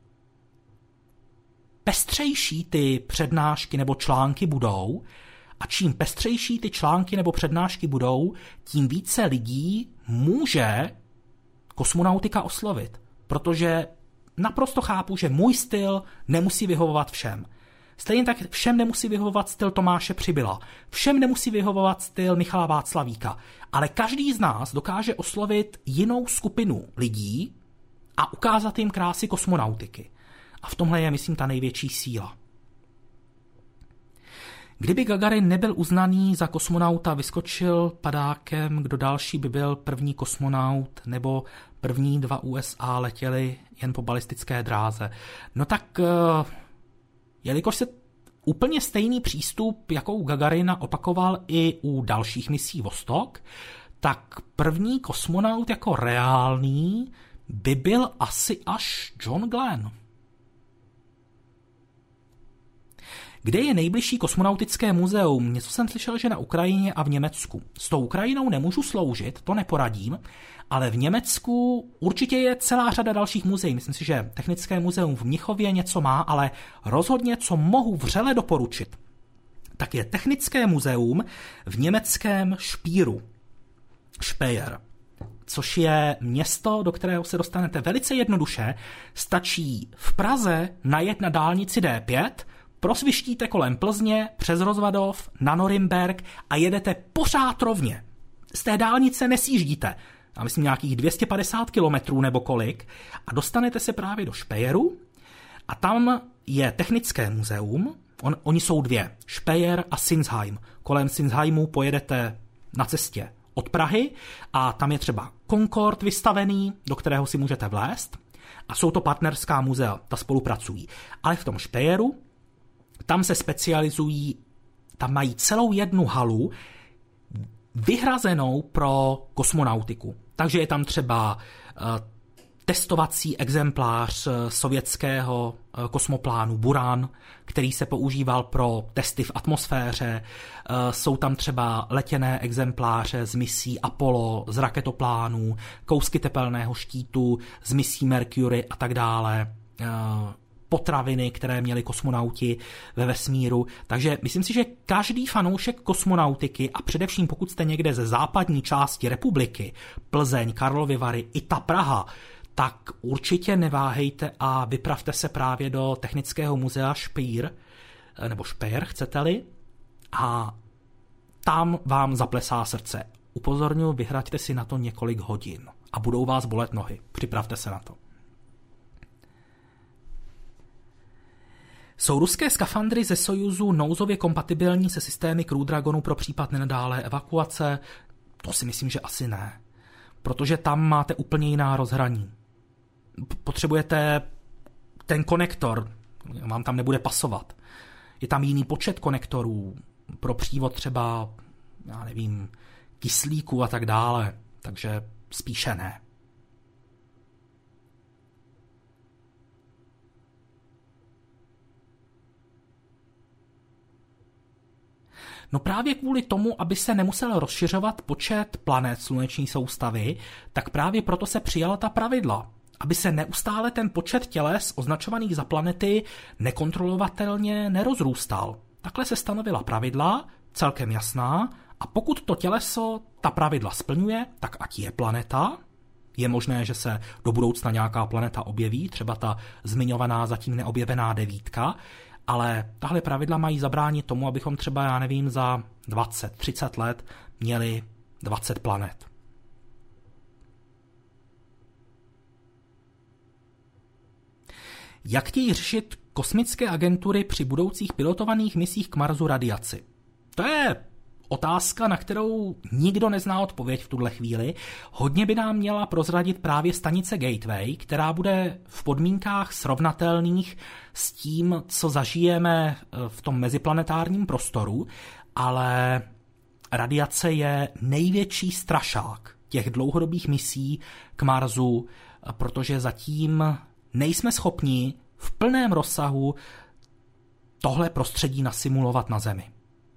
pestřejší ty přednášky nebo články budou a čím pestřejší ty články nebo přednášky budou, tím více lidí může kosmonautika oslovit, protože naprosto chápu, že můj styl nemusí vyhovovat všem. Stejně tak všem nemusí vyhovovat styl Tomáše Přibyla, všem nemusí vyhovovat styl Michala Václavíka, ale každý z nás dokáže oslovit jinou skupinu lidí a ukázat jim krásy kosmonautiky. A v tomhle je, myslím, ta největší síla. Kdyby Gagarin nebyl uznaný za kosmonauta, vyskočil padákem, kdo další by byl první kosmonaut, nebo první 2 USA letěli jen po balistické dráze. No tak, jelikož se úplně stejný přístup jako u Gagarina opakoval i u dalších misí Vostok, tak první kosmonaut jako reálný by byl asi až John Glenn. Kde je nejbližší kosmonautické muzeum? Něco jsem slyšel, že na Ukrajině a v Německu. S tou Ukrajinou nemůžu sloužit, to neporadím, ale v Německu určitě je celá řada dalších muzeí. Myslím si, že Technické muzeum v Mnichově něco má, ale rozhodně, co mohu vřele doporučit, tak je Technické muzeum v německém Špíru. Speyer. což je město, do kterého se dostanete velice jednoduše. Stačí v Praze najet na dálnici D5, prosvištíte kolem Plzně, přes Rozvadov, na Norimberk a jedete pořád rovně. Z té dálnice nesjíždíte, já myslím nějakých 250 kilometrů nebo kolik, a dostanete se právě do Speyeru a tam je technické muzeum, oni jsou dvě, Speyer a Sinsheim. Kolem Sinsheimu pojedete na cestě od Prahy a tam je třeba Concorde vystavený, do kterého si můžete vlézt, a jsou to partnerská muzea, ta spolupracují. Ale v tom Speyeru, tam se specializují, tam mají celou jednu halu vyhrazenou pro kosmonautiku. Takže je tam třeba testovací exemplář sovětského kosmoplánu Buran, který se používal pro testy v atmosféře. Jsou tam třeba letěné exempláře z misí Apollo, z raketoplánů, kousky tepelného štítu, z misí Mercury a tak dále. Potraviny, které měli kosmonauti ve vesmíru. Takže myslím si, že každý fanoušek kosmonautiky, a především pokud jste někde ze západní části republiky, Plzeň, Karlovy Vary, i ta Praha, tak určitě neváhejte a vypravte se právě do Technického muzea Speyer, nebo Speyer, chcete-li, a tam vám zaplesá srdce. Upozorňuji, vyhraďte si na to několik hodin a budou vás bolet nohy. Připravte se na to. Jsou ruské skafandry ze Sojuzu nouzově kompatibilní se systémy Crew Dragonu pro případ nenadálé evakuace? To si myslím, že asi ne. Protože tam máte úplně jiná rozhraní. Potřebujete ten konektor, vám tam nebude pasovat. Je tam jiný počet konektorů pro přívod třeba, já nevím, kyslíku a tak dále. Takže spíše ne. No právě kvůli tomu, aby se nemusel rozšiřovat počet planet sluneční soustavy, tak právě proto se přijala ta pravidla, aby se neustále ten počet těles označovaných za planety nekontrolovatelně nerozrůstal. Takhle se stanovila pravidla, celkem jasná, a pokud to těleso ta pravidla splňuje, tak ať je planeta. Je možné, že se do budoucna nějaká planeta objeví, třeba ta zmiňovaná zatím neobjevená 9, ale tahle pravidla mají zabránit tomu, abychom třeba, já nevím, za 20-30 let měli 20 planet. Jak chtějí řešit kosmické agentury při budoucích pilotovaných misích k Marsu radiaci? To je otázka, na kterou nikdo nezná odpověď v tuhle chvíli. Hodně by nám měla prozradit právě stanice Gateway, která bude v podmínkách srovnatelných s tím, co zažijeme v tom meziplanetárním prostoru, ale radiace je největší strašák těch dlouhodobých misí k Marsu, protože zatím nejsme schopni v plném rozsahu tohle prostředí nasimulovat na Zemi.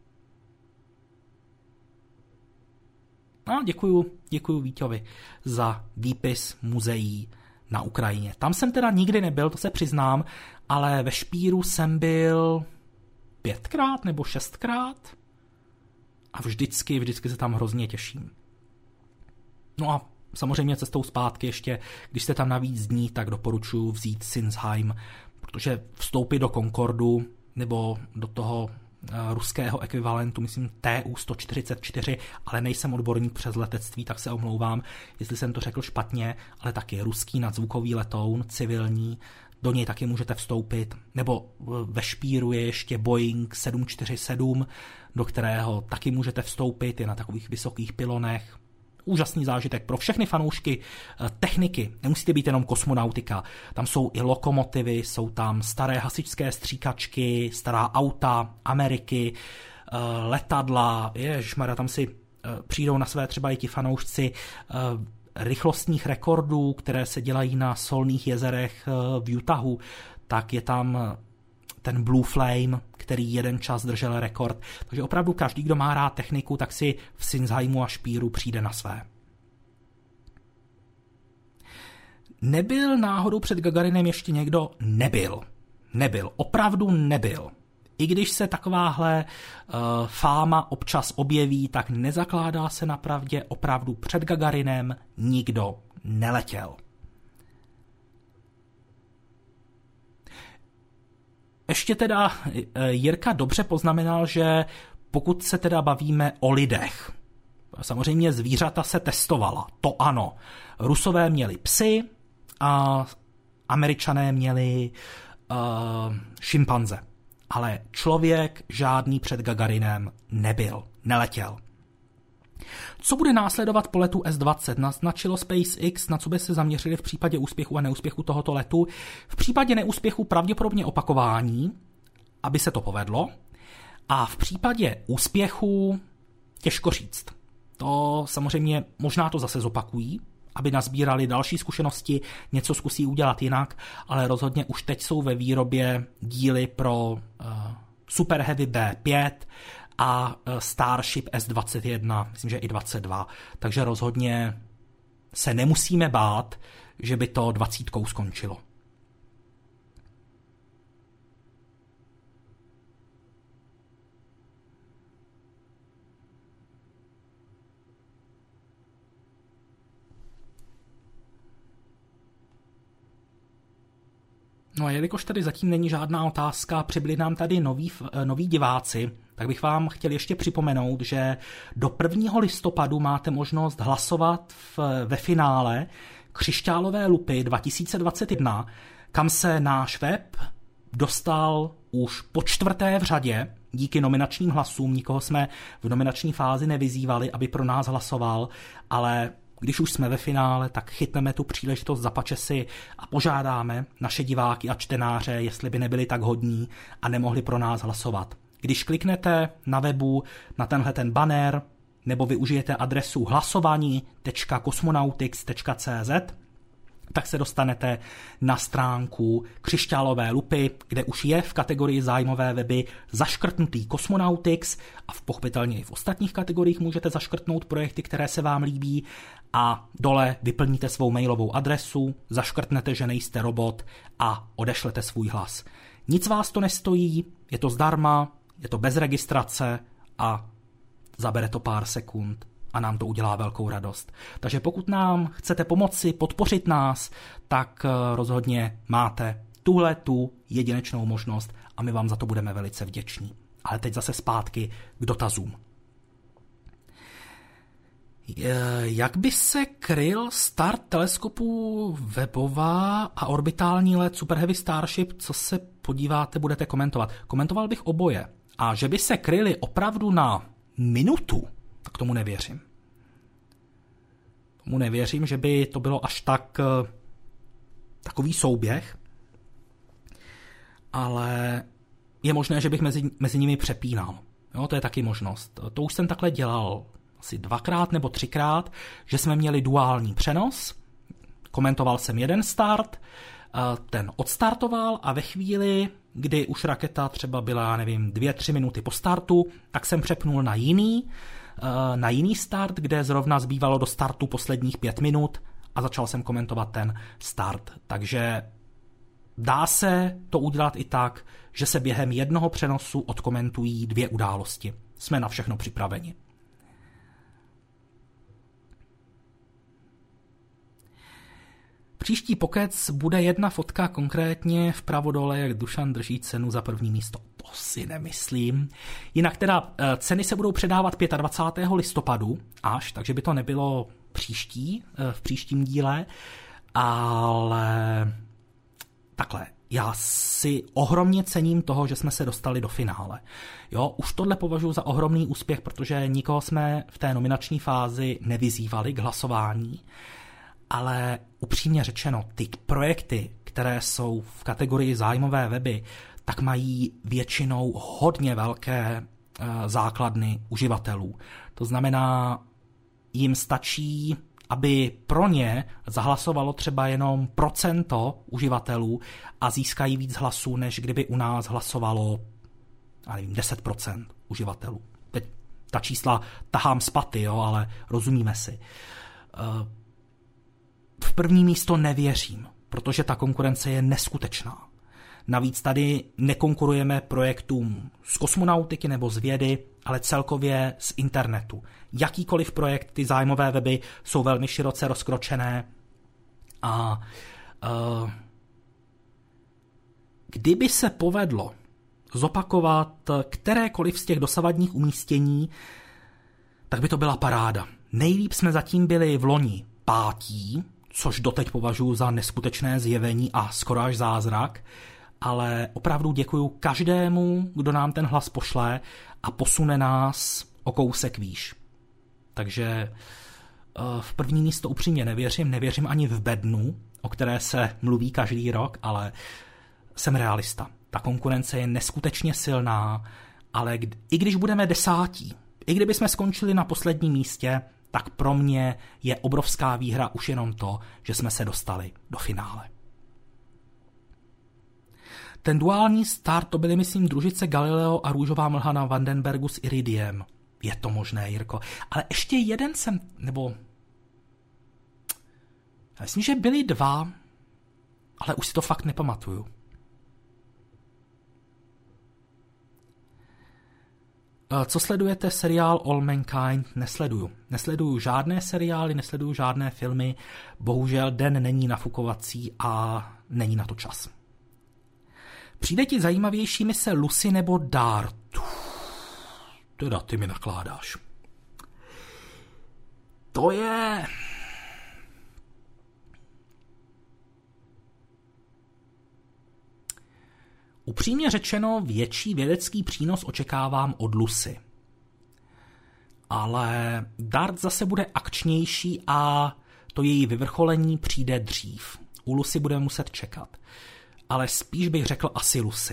No, děkuju Víťovi za výpis muzeí na Ukrajině. Tam jsem teda nikdy nebyl, to se přiznám, ale ve Špíru jsem byl 5krát nebo 6krát a vždycky se tam hrozně těším. No a samozřejmě cestou zpátky ještě, když jste tam na víc dní, tak doporučuji vzít Sinsheim, protože vstoupit do Concordu nebo do toho ruského ekvivalentu, myslím TU-144, ale nejsem odborník přes letectví, tak se omlouvám, jestli jsem to řekl špatně, ale taky ruský nadzvukový letoun, civilní, do něj taky můžete vstoupit, nebo ve Špíru je ještě Boeing 747, do kterého taky můžete vstoupit, je na takových vysokých pylonech. Úžasný zážitek pro všechny fanoušky techniky. Nemusíte být jenom kosmonautika. Tam jsou i lokomotivy, jsou tam staré hasičské stříkačky, stará auta, Ameriky, letadla. Ježišmarja, tam si přijdou na své třeba i ti fanoušci rychlostních rekordů, které se dělají na solných jezerech v Utahu. Tak je tam ten Blue Flame, který jeden čas držel rekord. Takže opravdu každý, kdo má rád techniku, tak si v Sinsheimu a Špíru přijde na své. Nebyl náhodou před Gagarinem ještě někdo? Nebyl. Opravdu nebyl. i když se takováhle fáma občas objeví, tak nezakládá se na pravdě, opravdu před Gagarinem nikdo neletěl. Ještě teda Jirka dobře poznamenal, že pokud se teda bavíme o lidech, samozřejmě zvířata se testovala, to ano. Rusové měli psy a Američané měli šimpanze. Ale člověk žádný před Gagarinem nebyl, neletěl. Co bude následovat po letu S-20? Naznačilo SpaceX, na co by se zaměřili v případě úspěchu a neúspěchu tohoto letu. V případě neúspěchu pravděpodobně opakování, aby se to povedlo. A v případě úspěchu těžko říct. To samozřejmě možná to zase zopakují, aby nazbírali další zkušenosti, něco zkusí udělat jinak, ale rozhodně už teď jsou ve výrobě díly pro Super Heavy B5 a Starship S-21, myslím, že i 22, takže rozhodně se nemusíme bát, že by to 20 skončilo. No a jelikož tady zatím není žádná otázka, přibyli nám tady noví diváci, tak bych vám chtěl ještě připomenout, že do 1. listopadu máte možnost hlasovat ve finále Křišťálové lupy 2021, kam se náš web dostal už po 4. v řadě díky nominačním hlasům. Nikoho jsme v nominační fázi nevyzývali, aby pro nás hlasoval, ale když už jsme ve finále, tak chytneme tu příležitost za pačesy a požádáme naše diváky a čtenáře, jestli by nebyli tak hodní a nemohli pro nás hlasovat. Když kliknete na webu na tenhle ten banner nebo využijete adresu hlasování.cosmonautics.cz, tak se dostanete na stránku Křišťálové lupy, kde už je v kategorii zájmové weby zaškrtnutý Cosmonautics a pochopitelně i v ostatních kategoriích můžete zaškrtnout projekty, které se vám líbí a dole vyplníte svou mailovou adresu, zaškrtnete, že nejste robot a odešlete svůj hlas. Nic vás to nestojí, je to zdarma, je to bez registrace a zabere to pár sekund a nám to udělá velkou radost. Takže pokud nám chcete pomoci, podpořit nás, tak rozhodně máte tu jedinečnou možnost a my vám za to budeme velice vděční. Ale teď zase zpátky k dotazům. Jak by se kryl start teleskopu Webova a orbitální let Super Heavy Starship? Co se podíváte, budete komentovat? Komentoval bych oboje. A že by se kryli opravdu na minutu, tak tomu nevěřím. Tomu nevěřím, že by to bylo až takový souběh, ale je možné, že bych mezi nimi přepínal. Jo, to je taky možnost. To už jsem takhle dělal asi 2krát nebo 3krát, že jsme měli duální přenos, komentoval jsem jeden start, ten odstartoval a ve chvíli, kdy už raketa třeba byla, 2-3 minuty po startu, tak jsem přepnul na jiný start, kde zrovna zbývalo do startu posledních 5 minut a začal jsem komentovat ten start. Takže dá se to udělat i tak, že se během jednoho přenosu odkomentují 2 události. Jsme na všechno připraveni. Příští pokec bude jedna fotka konkrétně vpravo dole, jak Dušan drží cenu za první místo. To si nemyslím. Jinak teda ceny se budou předávat 25. listopadu až, takže by to nebylo v příštím díle, ale takhle. Já si ohromně cením toho, že jsme se dostali do finále. Jo, už tohle považuji za ohromný úspěch, protože nikoho jsme v té nominační fázi nevyzývali k hlasování. Ale upřímně řečeno, ty projekty, které jsou v kategorii zájmové weby, tak mají většinou hodně velké základny uživatelů. To znamená, jim stačí, aby pro ně zahlasovalo třeba jenom procento uživatelů a získají víc hlasů, než kdyby u nás hlasovalo 10% uživatelů. Teď ta čísla tahám z paty, jo, ale rozumíme si. V první místo nevěřím, protože ta konkurence je neskutečná. Navíc tady nekonkurujeme projektům z kosmonautiky nebo z vědy, ale celkově z internetu. Jakýkoliv projekt, ty zájmové weby jsou velmi široce rozkročené a kdyby se povedlo zopakovat kterékoliv z těch dosavadních umístění, tak by to byla paráda. Nejlíp jsme zatím byli v loni 5., což doteď považuji za neskutečné zjevení a skoro až zázrak, ale opravdu děkuju každému, kdo nám ten hlas pošle a posune nás o kousek výš. Takže v první místo upřímně nevěřím ani v bednu, o které se mluví každý rok, ale jsem realista. Ta konkurence je neskutečně silná, ale i když budeme 10., i kdyby jsme skončili na posledním místě, tak pro mě je obrovská výhra už jenom to, že jsme se dostali do finále. Ten duální start to byly, myslím, družice Galileo a růžová mlha na Vandenbergu s Iridiem. Je to možné, Jirko. Ale ještě jeden myslím, že byly 2, ale už si to fakt nepamatuju. Co sledujete? Seriál All Mankind? Nesleduju. Nesleduju žádné seriály, nesleduju žádné filmy. Bohužel den není nafukovací a není na to čas. Přijde ti zajímavější mise Lucy nebo Dart? Teda ty mi nakládáš. To je... Upřímně řečeno, větší vědecký přínos očekávám od Lucy. Ale Dart zase bude akčnější a to její vyvrcholení přijde dřív. U Lucy budeme muset čekat. Ale spíš bych řekl asi Lucy.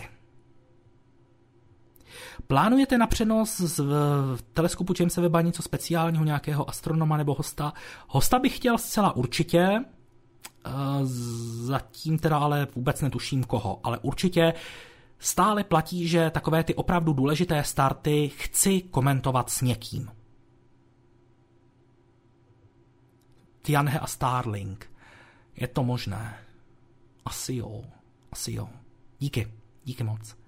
Plánujete na přenos z teleskopu Jamese Webba něco speciálního, nějakého astronoma nebo hosta? Hosta bych chtěl zcela určitě, zatím teda ale vůbec netuším koho, ale určitě stále platí, že takové ty opravdu důležité starty chci komentovat s někým. Tianhe a Starlink. Je to možné? Asi jo. Díky moc.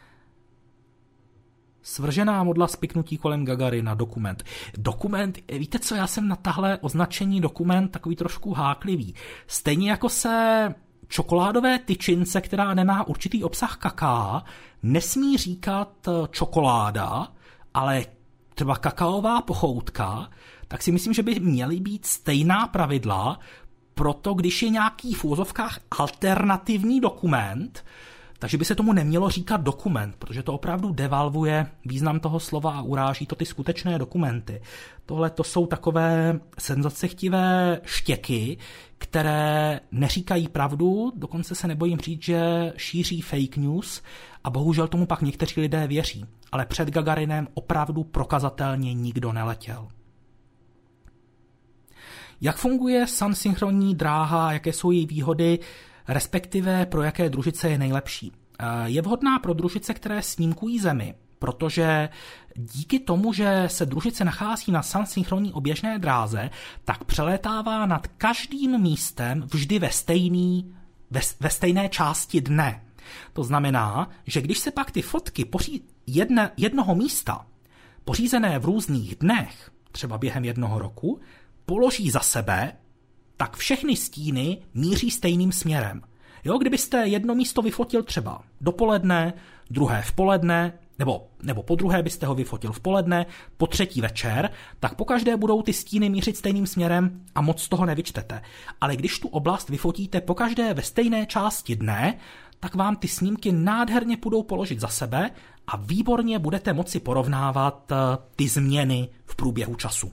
Svržená modla spiknutí kolem Gagarina, dokument. Dokument, víte co, já jsem na tahle označení dokument takový trošku háklivý. Stejně jako se čokoládové tyčince, která nemá určitý obsah kakaa, nesmí říkat čokoláda, ale třeba kakaová pochoutka, tak si myslím, že by měly být stejná pravidla, proto když je nějaký v úvozovkách alternativní dokument, takže by se tomu nemělo říkat dokument, protože to opravdu devalvuje význam toho slova a uráží to ty skutečné dokumenty. Tohle to jsou takové senzacechtivé štěky, které neříkají pravdu, dokonce se nebojím říct, že šíří fake news a bohužel tomu pak někteří lidé věří. Ale před Gagarinem opravdu prokazatelně nikdo neletěl. Jak funguje sun-synchronní dráha, jaké jsou její výhody, respektive pro jaké družice je nejlepší? Je vhodná pro družice, které snímkují Zemi, protože díky tomu, že se družice nachází na sun-synchronní oběžné dráze, tak přelétává nad každým místem vždy ve stejné části dne. To znamená, že když se pak ty fotky jednoho místa, pořízené v různých dnech, třeba během jednoho roku, položí za sebe, tak všechny stíny míří stejným směrem. Jo, kdybyste jedno místo vyfotil třeba dopoledne, druhé v poledne, nebo po druhé byste ho vyfotil v poledne, po třetí večer, tak pokaždé budou ty stíny mířit stejným směrem a moc z toho nevyčtete. Ale když tu oblast vyfotíte pokaždé ve stejné části dne, tak vám ty snímky nádherně půjdou položit za sebe a výborně budete moci porovnávat ty změny v průběhu času.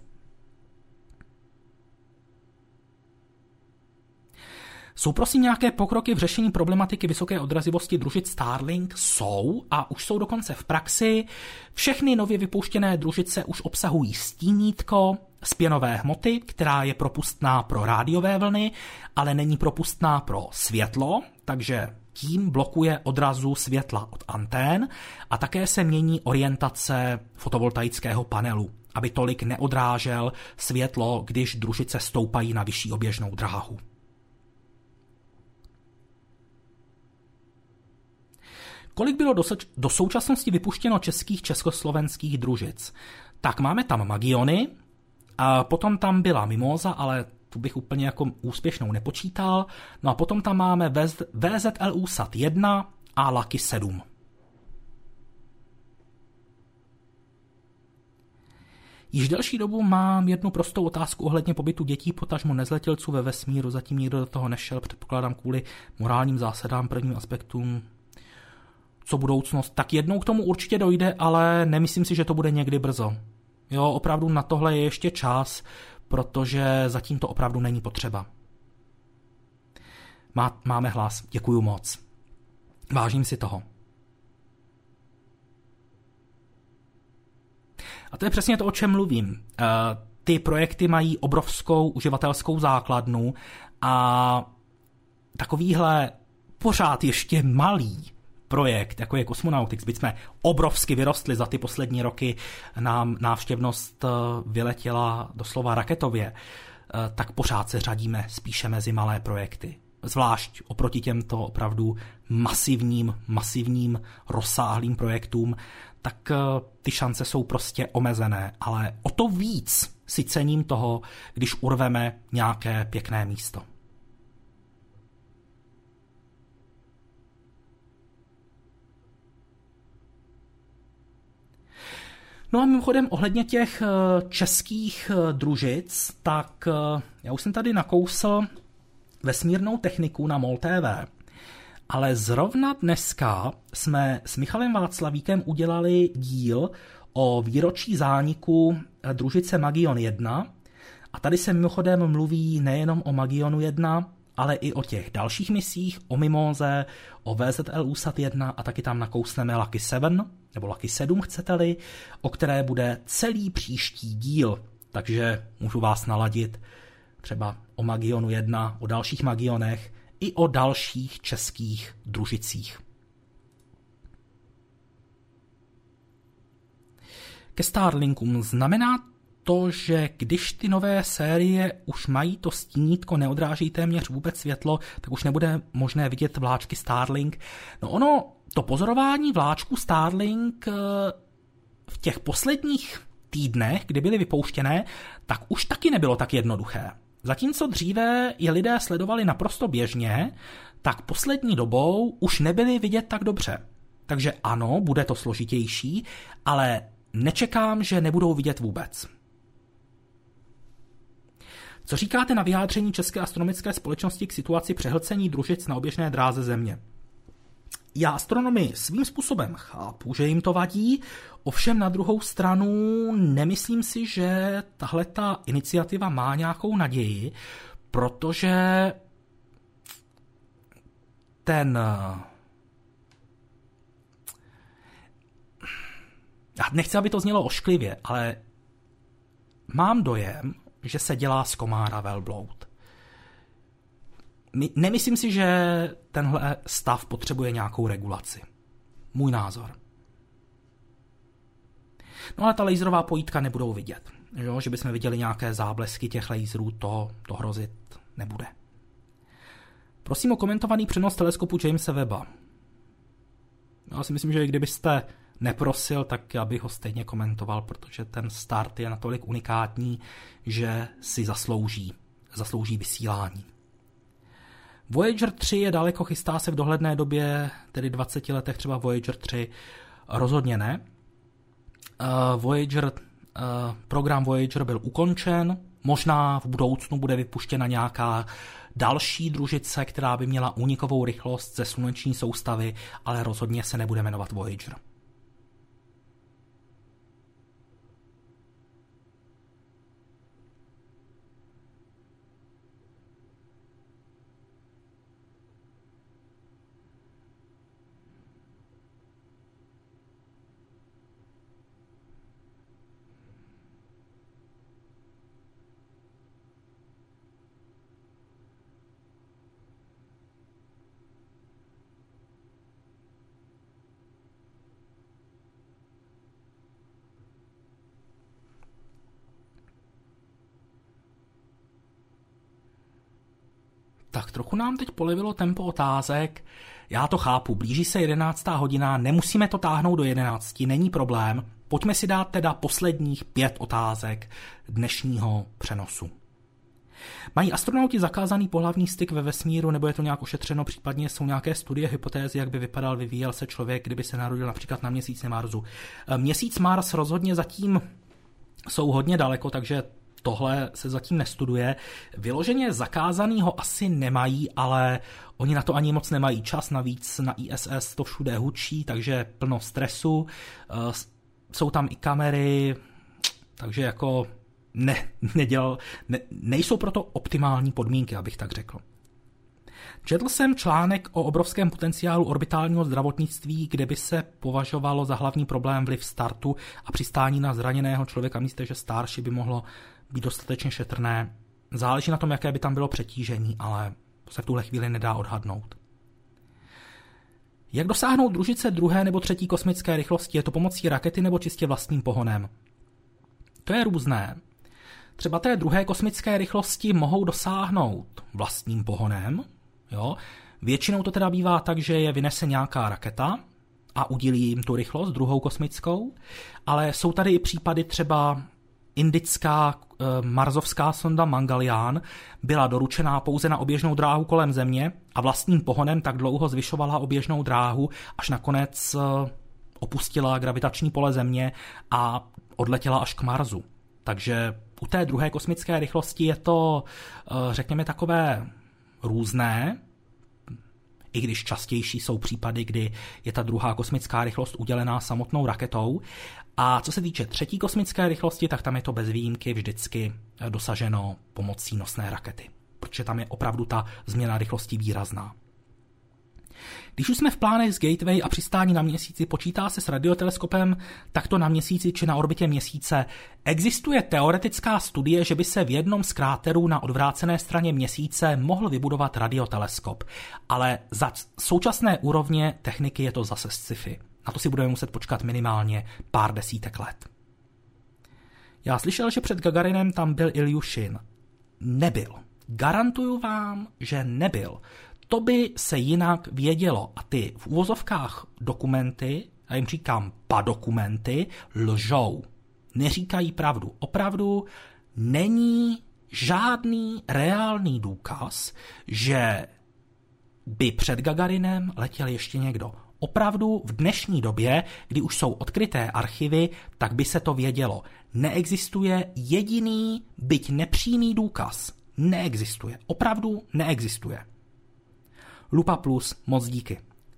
Jsou prosím nějaké pokroky v řešení problematiky vysoké odrazivosti družic Starlink? Jsou a už jsou dokonce v praxi. Všechny nově vypuštěné družice už obsahují stínítko z pěnové hmoty, která je propustná pro rádiové vlny, ale není propustná pro světlo, takže tím blokuje odrazu světla od antén a také se mění orientace fotovoltaického panelu, aby tolik neodrážel světlo, když družice stoupají na vyšší oběžnou dráhu. Kolik bylo do současnosti vypuštěno československých družic? Tak máme tam Magiony, a potom tam byla Mimóza, ale tu bych úplně jako úspěšnou nepočítal. No a potom tam máme VZLU SAT 1 a Lucky 7. Již delší dobu mám jednu prostou otázku ohledně pobytu dětí, potažmo nezletilců ve vesmíru. Zatím nikdo do toho nešel, předpokládám kvůli morálním zásadám, prvním aspektům. Co budoucnost? Tak jednou k tomu určitě dojde, ale nemyslím si, že to bude někdy brzo. Jo, opravdu na tohle je ještě čas, protože zatím to opravdu není potřeba. Máme hlas, děkuju moc. Vážím si toho. A to je přesně to, o čem mluvím. Ty projekty mají obrovskou uživatelskou základnu a takovýhle pořád ještě malý projekt, jako je Cosmonautics, byť jsme obrovsky vyrostli za ty poslední roky, nám návštěvnost vyletěla doslova raketově, tak pořád se řadíme spíše mezi malé projekty. Zvlášť oproti těmto opravdu masivním, rozsáhlým projektům, tak ty šance jsou prostě omezené, ale o to víc si cením toho, když urveme nějaké pěkné místo. No a mimochodem ohledně těch českých družic, tak já už jsem tady nakousl vesmírnou techniku na MOL TV, ale zrovna dneska jsme s Michalem Václavíkem udělali díl o výročí zániku družice Magion 1 a tady se mimochodem mluví nejenom o Magionu 1, ale i o těch dalších misích, o Mimóze, o VZLU SAT 1 a taky tam nakousneme Lucky 7, nebo Lucky 7 chcete-li, o které bude celý příští díl. Takže můžu vás naladit třeba o Magionu 1, o dalších Magionech i o dalších českých družicích. Ke Starlinkům znamená to, že když ty nové série už mají to stínítko, neodráží téměř vůbec světlo, tak už nebude možné vidět vláčky Starlink. No ono, to pozorování vláčku Starlink v těch posledních týdnech, kdy byly vypouštěné, tak už taky nebylo tak jednoduché. Zatímco dříve je lidé sledovali naprosto běžně, tak poslední dobou už nebyly vidět tak dobře. Takže ano, bude to složitější, ale nečekám, že nebudou vidět vůbec. Co říkáte na vyjádření České astronomické společnosti k situaci přehlcení družic na oběžné dráze Země? Já astronomii svým způsobem chápu, že jim to vadí, ovšem na druhou stranu nemyslím si, že tahleta iniciativa má nějakou naději, protože já nechci, aby to znělo ošklivě, ale mám dojem, že se dělá z komára velbloud. Nemyslím si, že tenhle stav potřebuje nějakou regulaci. Můj názor. No ale ta laserová pojítka nebudou vidět. Že bychom viděli nějaké záblesky těch laserů, to hrozit nebude. Prosím o komentovaný přenos teleskopu Jamesa Webba. Já si myslím, že kdybyste neprosil, tak já bych ho stejně komentoval, protože ten start je natolik unikátní, že si zaslouží vysílání. Voyager 3 je daleko, chystá se v dohledné době, tedy 20 letech třeba Voyager 3, rozhodně ne. Program Voyager byl ukončen, možná v budoucnu bude vypuštěna nějaká další družice, která by měla únikovou rychlost ze sluneční soustavy, ale rozhodně se nebude jmenovat Voyager. Tak trochu nám teď polevilo tempo otázek. Já to chápu, blíží se 11. hodina, nemusíme to táhnout do 11, není problém. Pojďme si dát teda posledních 5 otázek dnešního přenosu. Mají astronauti zakázaný pohlavní styk ve vesmíru, nebo je to nějak ošetřeno, případně jsou nějaké studie, hypotézy, jak by vyvíjel se člověk, kdyby se narodil například na Měsíci, Marsu. Měsíc, Mars rozhodně zatím jsou hodně daleko, takže tohle se zatím nestuduje. Vyloženě zakázanýho asi nemají, ale oni na to ani moc nemají čas, navíc na ISS to všude hučí, takže plno stresu, jsou tam i kamery, takže jako nejsou proto optimální podmínky, abych tak řekl. Četl jsem článek o obrovském potenciálu orbitálního zdravotnictví, kde by se považovalo za hlavní problém vliv startu a přistání na zraněného člověka. Myslíte, že Starship by mohlo být dostatečně šetrné? Záleží na tom, jaké by tam bylo přetížení, ale to se v tuhle chvíli nedá odhadnout. Jak dosáhnout družice 2. nebo 3. kosmické rychlosti? Je to pomocí rakety nebo čistě vlastním pohonem? To je různé. Třeba té 2. kosmické rychlosti mohou dosáhnout vlastním pohonem. Jo? Většinou to teda bývá tak, že je vynese nějaká raketa a udělí jim tu rychlost, 2. kosmickou, ale jsou tady i případy třeba indická marsovská sonda Mangalyaan byla doručená pouze na oběžnou dráhu kolem Země a vlastním pohonem tak dlouho zvyšovala oběžnou dráhu, až nakonec opustila gravitační pole Země a odletěla až k Marsu. Takže u té 2. kosmické rychlosti je to, řekněme, takové různé, i když častější jsou případy, kdy je ta 2. kosmická rychlost udělená samotnou raketou. A co se týče 3. kosmické rychlosti, tak tam je to bez výjimky vždycky dosaženo pomocí nosné rakety, protože tam je opravdu ta změna rychlosti výrazná. Když už jsme v plánech z Gateway a přistání na Měsíci, počítá se s radioteleskopem takto na Měsíci či na orbitě Měsíce. Existuje teoretická studie, že by se v jednom z kráterů na odvrácené straně Měsíce mohl vybudovat radioteleskop, ale za současné úrovně techniky je to zase sci-fi. Na to si budeme muset počkat minimálně pár desítek let. Já slyšel, že před Gagarinem tam byl Iljušin. Nebyl. Garantuju vám, že nebyl. To by se jinak vědělo. A ty v uvozovkách dokumenty, já jim říkám dokumenty, lžou. Neříkají pravdu. Opravdu není žádný reálný důkaz, že by před Gagarinem letěl ještě někdo. Opravdu v dnešní době, kdy už jsou odkryté archivy, tak by se to vědělo. Neexistuje jediný, byť nepřímý důkaz. Neexistuje. Opravdu neexistuje. Lupa Plus, moc díky.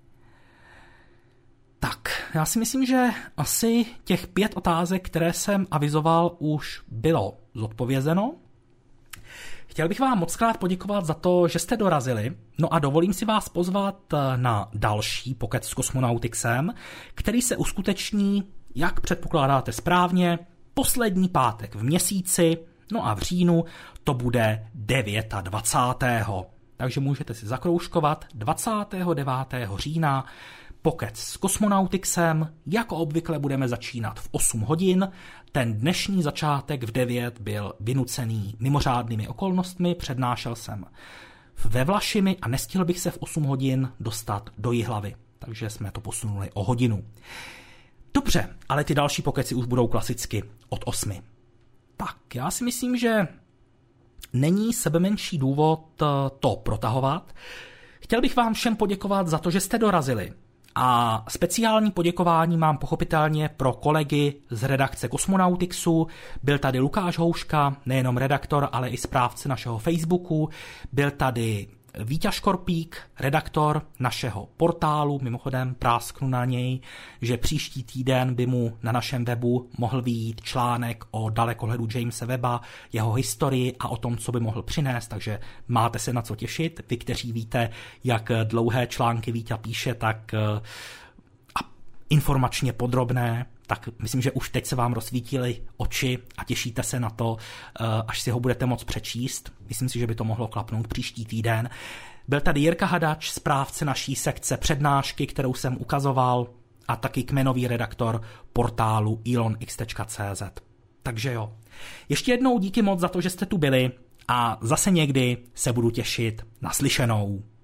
Tak, já si myslím, že asi těch 5 otázek, které jsem avizoval, už bylo zodpovězeno. Chtěl bych vám mockrát poděkovat za to, že jste dorazili, no a dovolím si vás pozvat na další pokec s Kosmonautixem, který se uskuteční, jak předpokládáte správně, poslední pátek v měsíci, no a v říjnu to bude 29. Takže můžete si zakroužkovat 29. října pokec s Kosmonautixem. Jako obvykle budeme začínat v 8 hodin. Ten dnešní začátek v 9 byl vynucený mimořádnými okolnostmi. Přednášel jsem ve Vlašimi a nestihl bych se v 8 hodin dostat do Jihlavy. Takže jsme to posunuli o hodinu. Dobře, ale ty další pokeci už budou klasicky od 8. Tak, já si myslím, že není sebemenší důvod to protahovat. Chtěl bych vám všem poděkovat za to, že jste dorazili. A speciální poděkování mám pochopitelně pro kolegy z redakce Kosmonautixu. Byl tady Lukáš Houška, nejenom redaktor, ale i správce našeho Facebooku. Byl tady Víťa Škorpík, redaktor našeho portálu, mimochodem prásknu na něj, že příští týden by mu na našem webu mohl vyjít článek o dalekohledu Jamese Webba, jeho historii a o tom, co by mohl přinést, takže máte se na co těšit. Vy, kteří víte, jak dlouhé články Víťa píše, tak a informačně podrobné, tak myslím, že už teď se vám rozsvítily oči a těšíte se na to, až si ho budete moct přečíst. Myslím si, že by to mohlo klapnout příští týden. Byl tady Jirka Hadač, správce naší sekce přednášky, kterou jsem ukazoval, a taky kmenový redaktor portálu elonx.cz. Takže jo. Ještě jednou díky moc za to, že jste tu byli a zase někdy se budu těšit na slyšenou.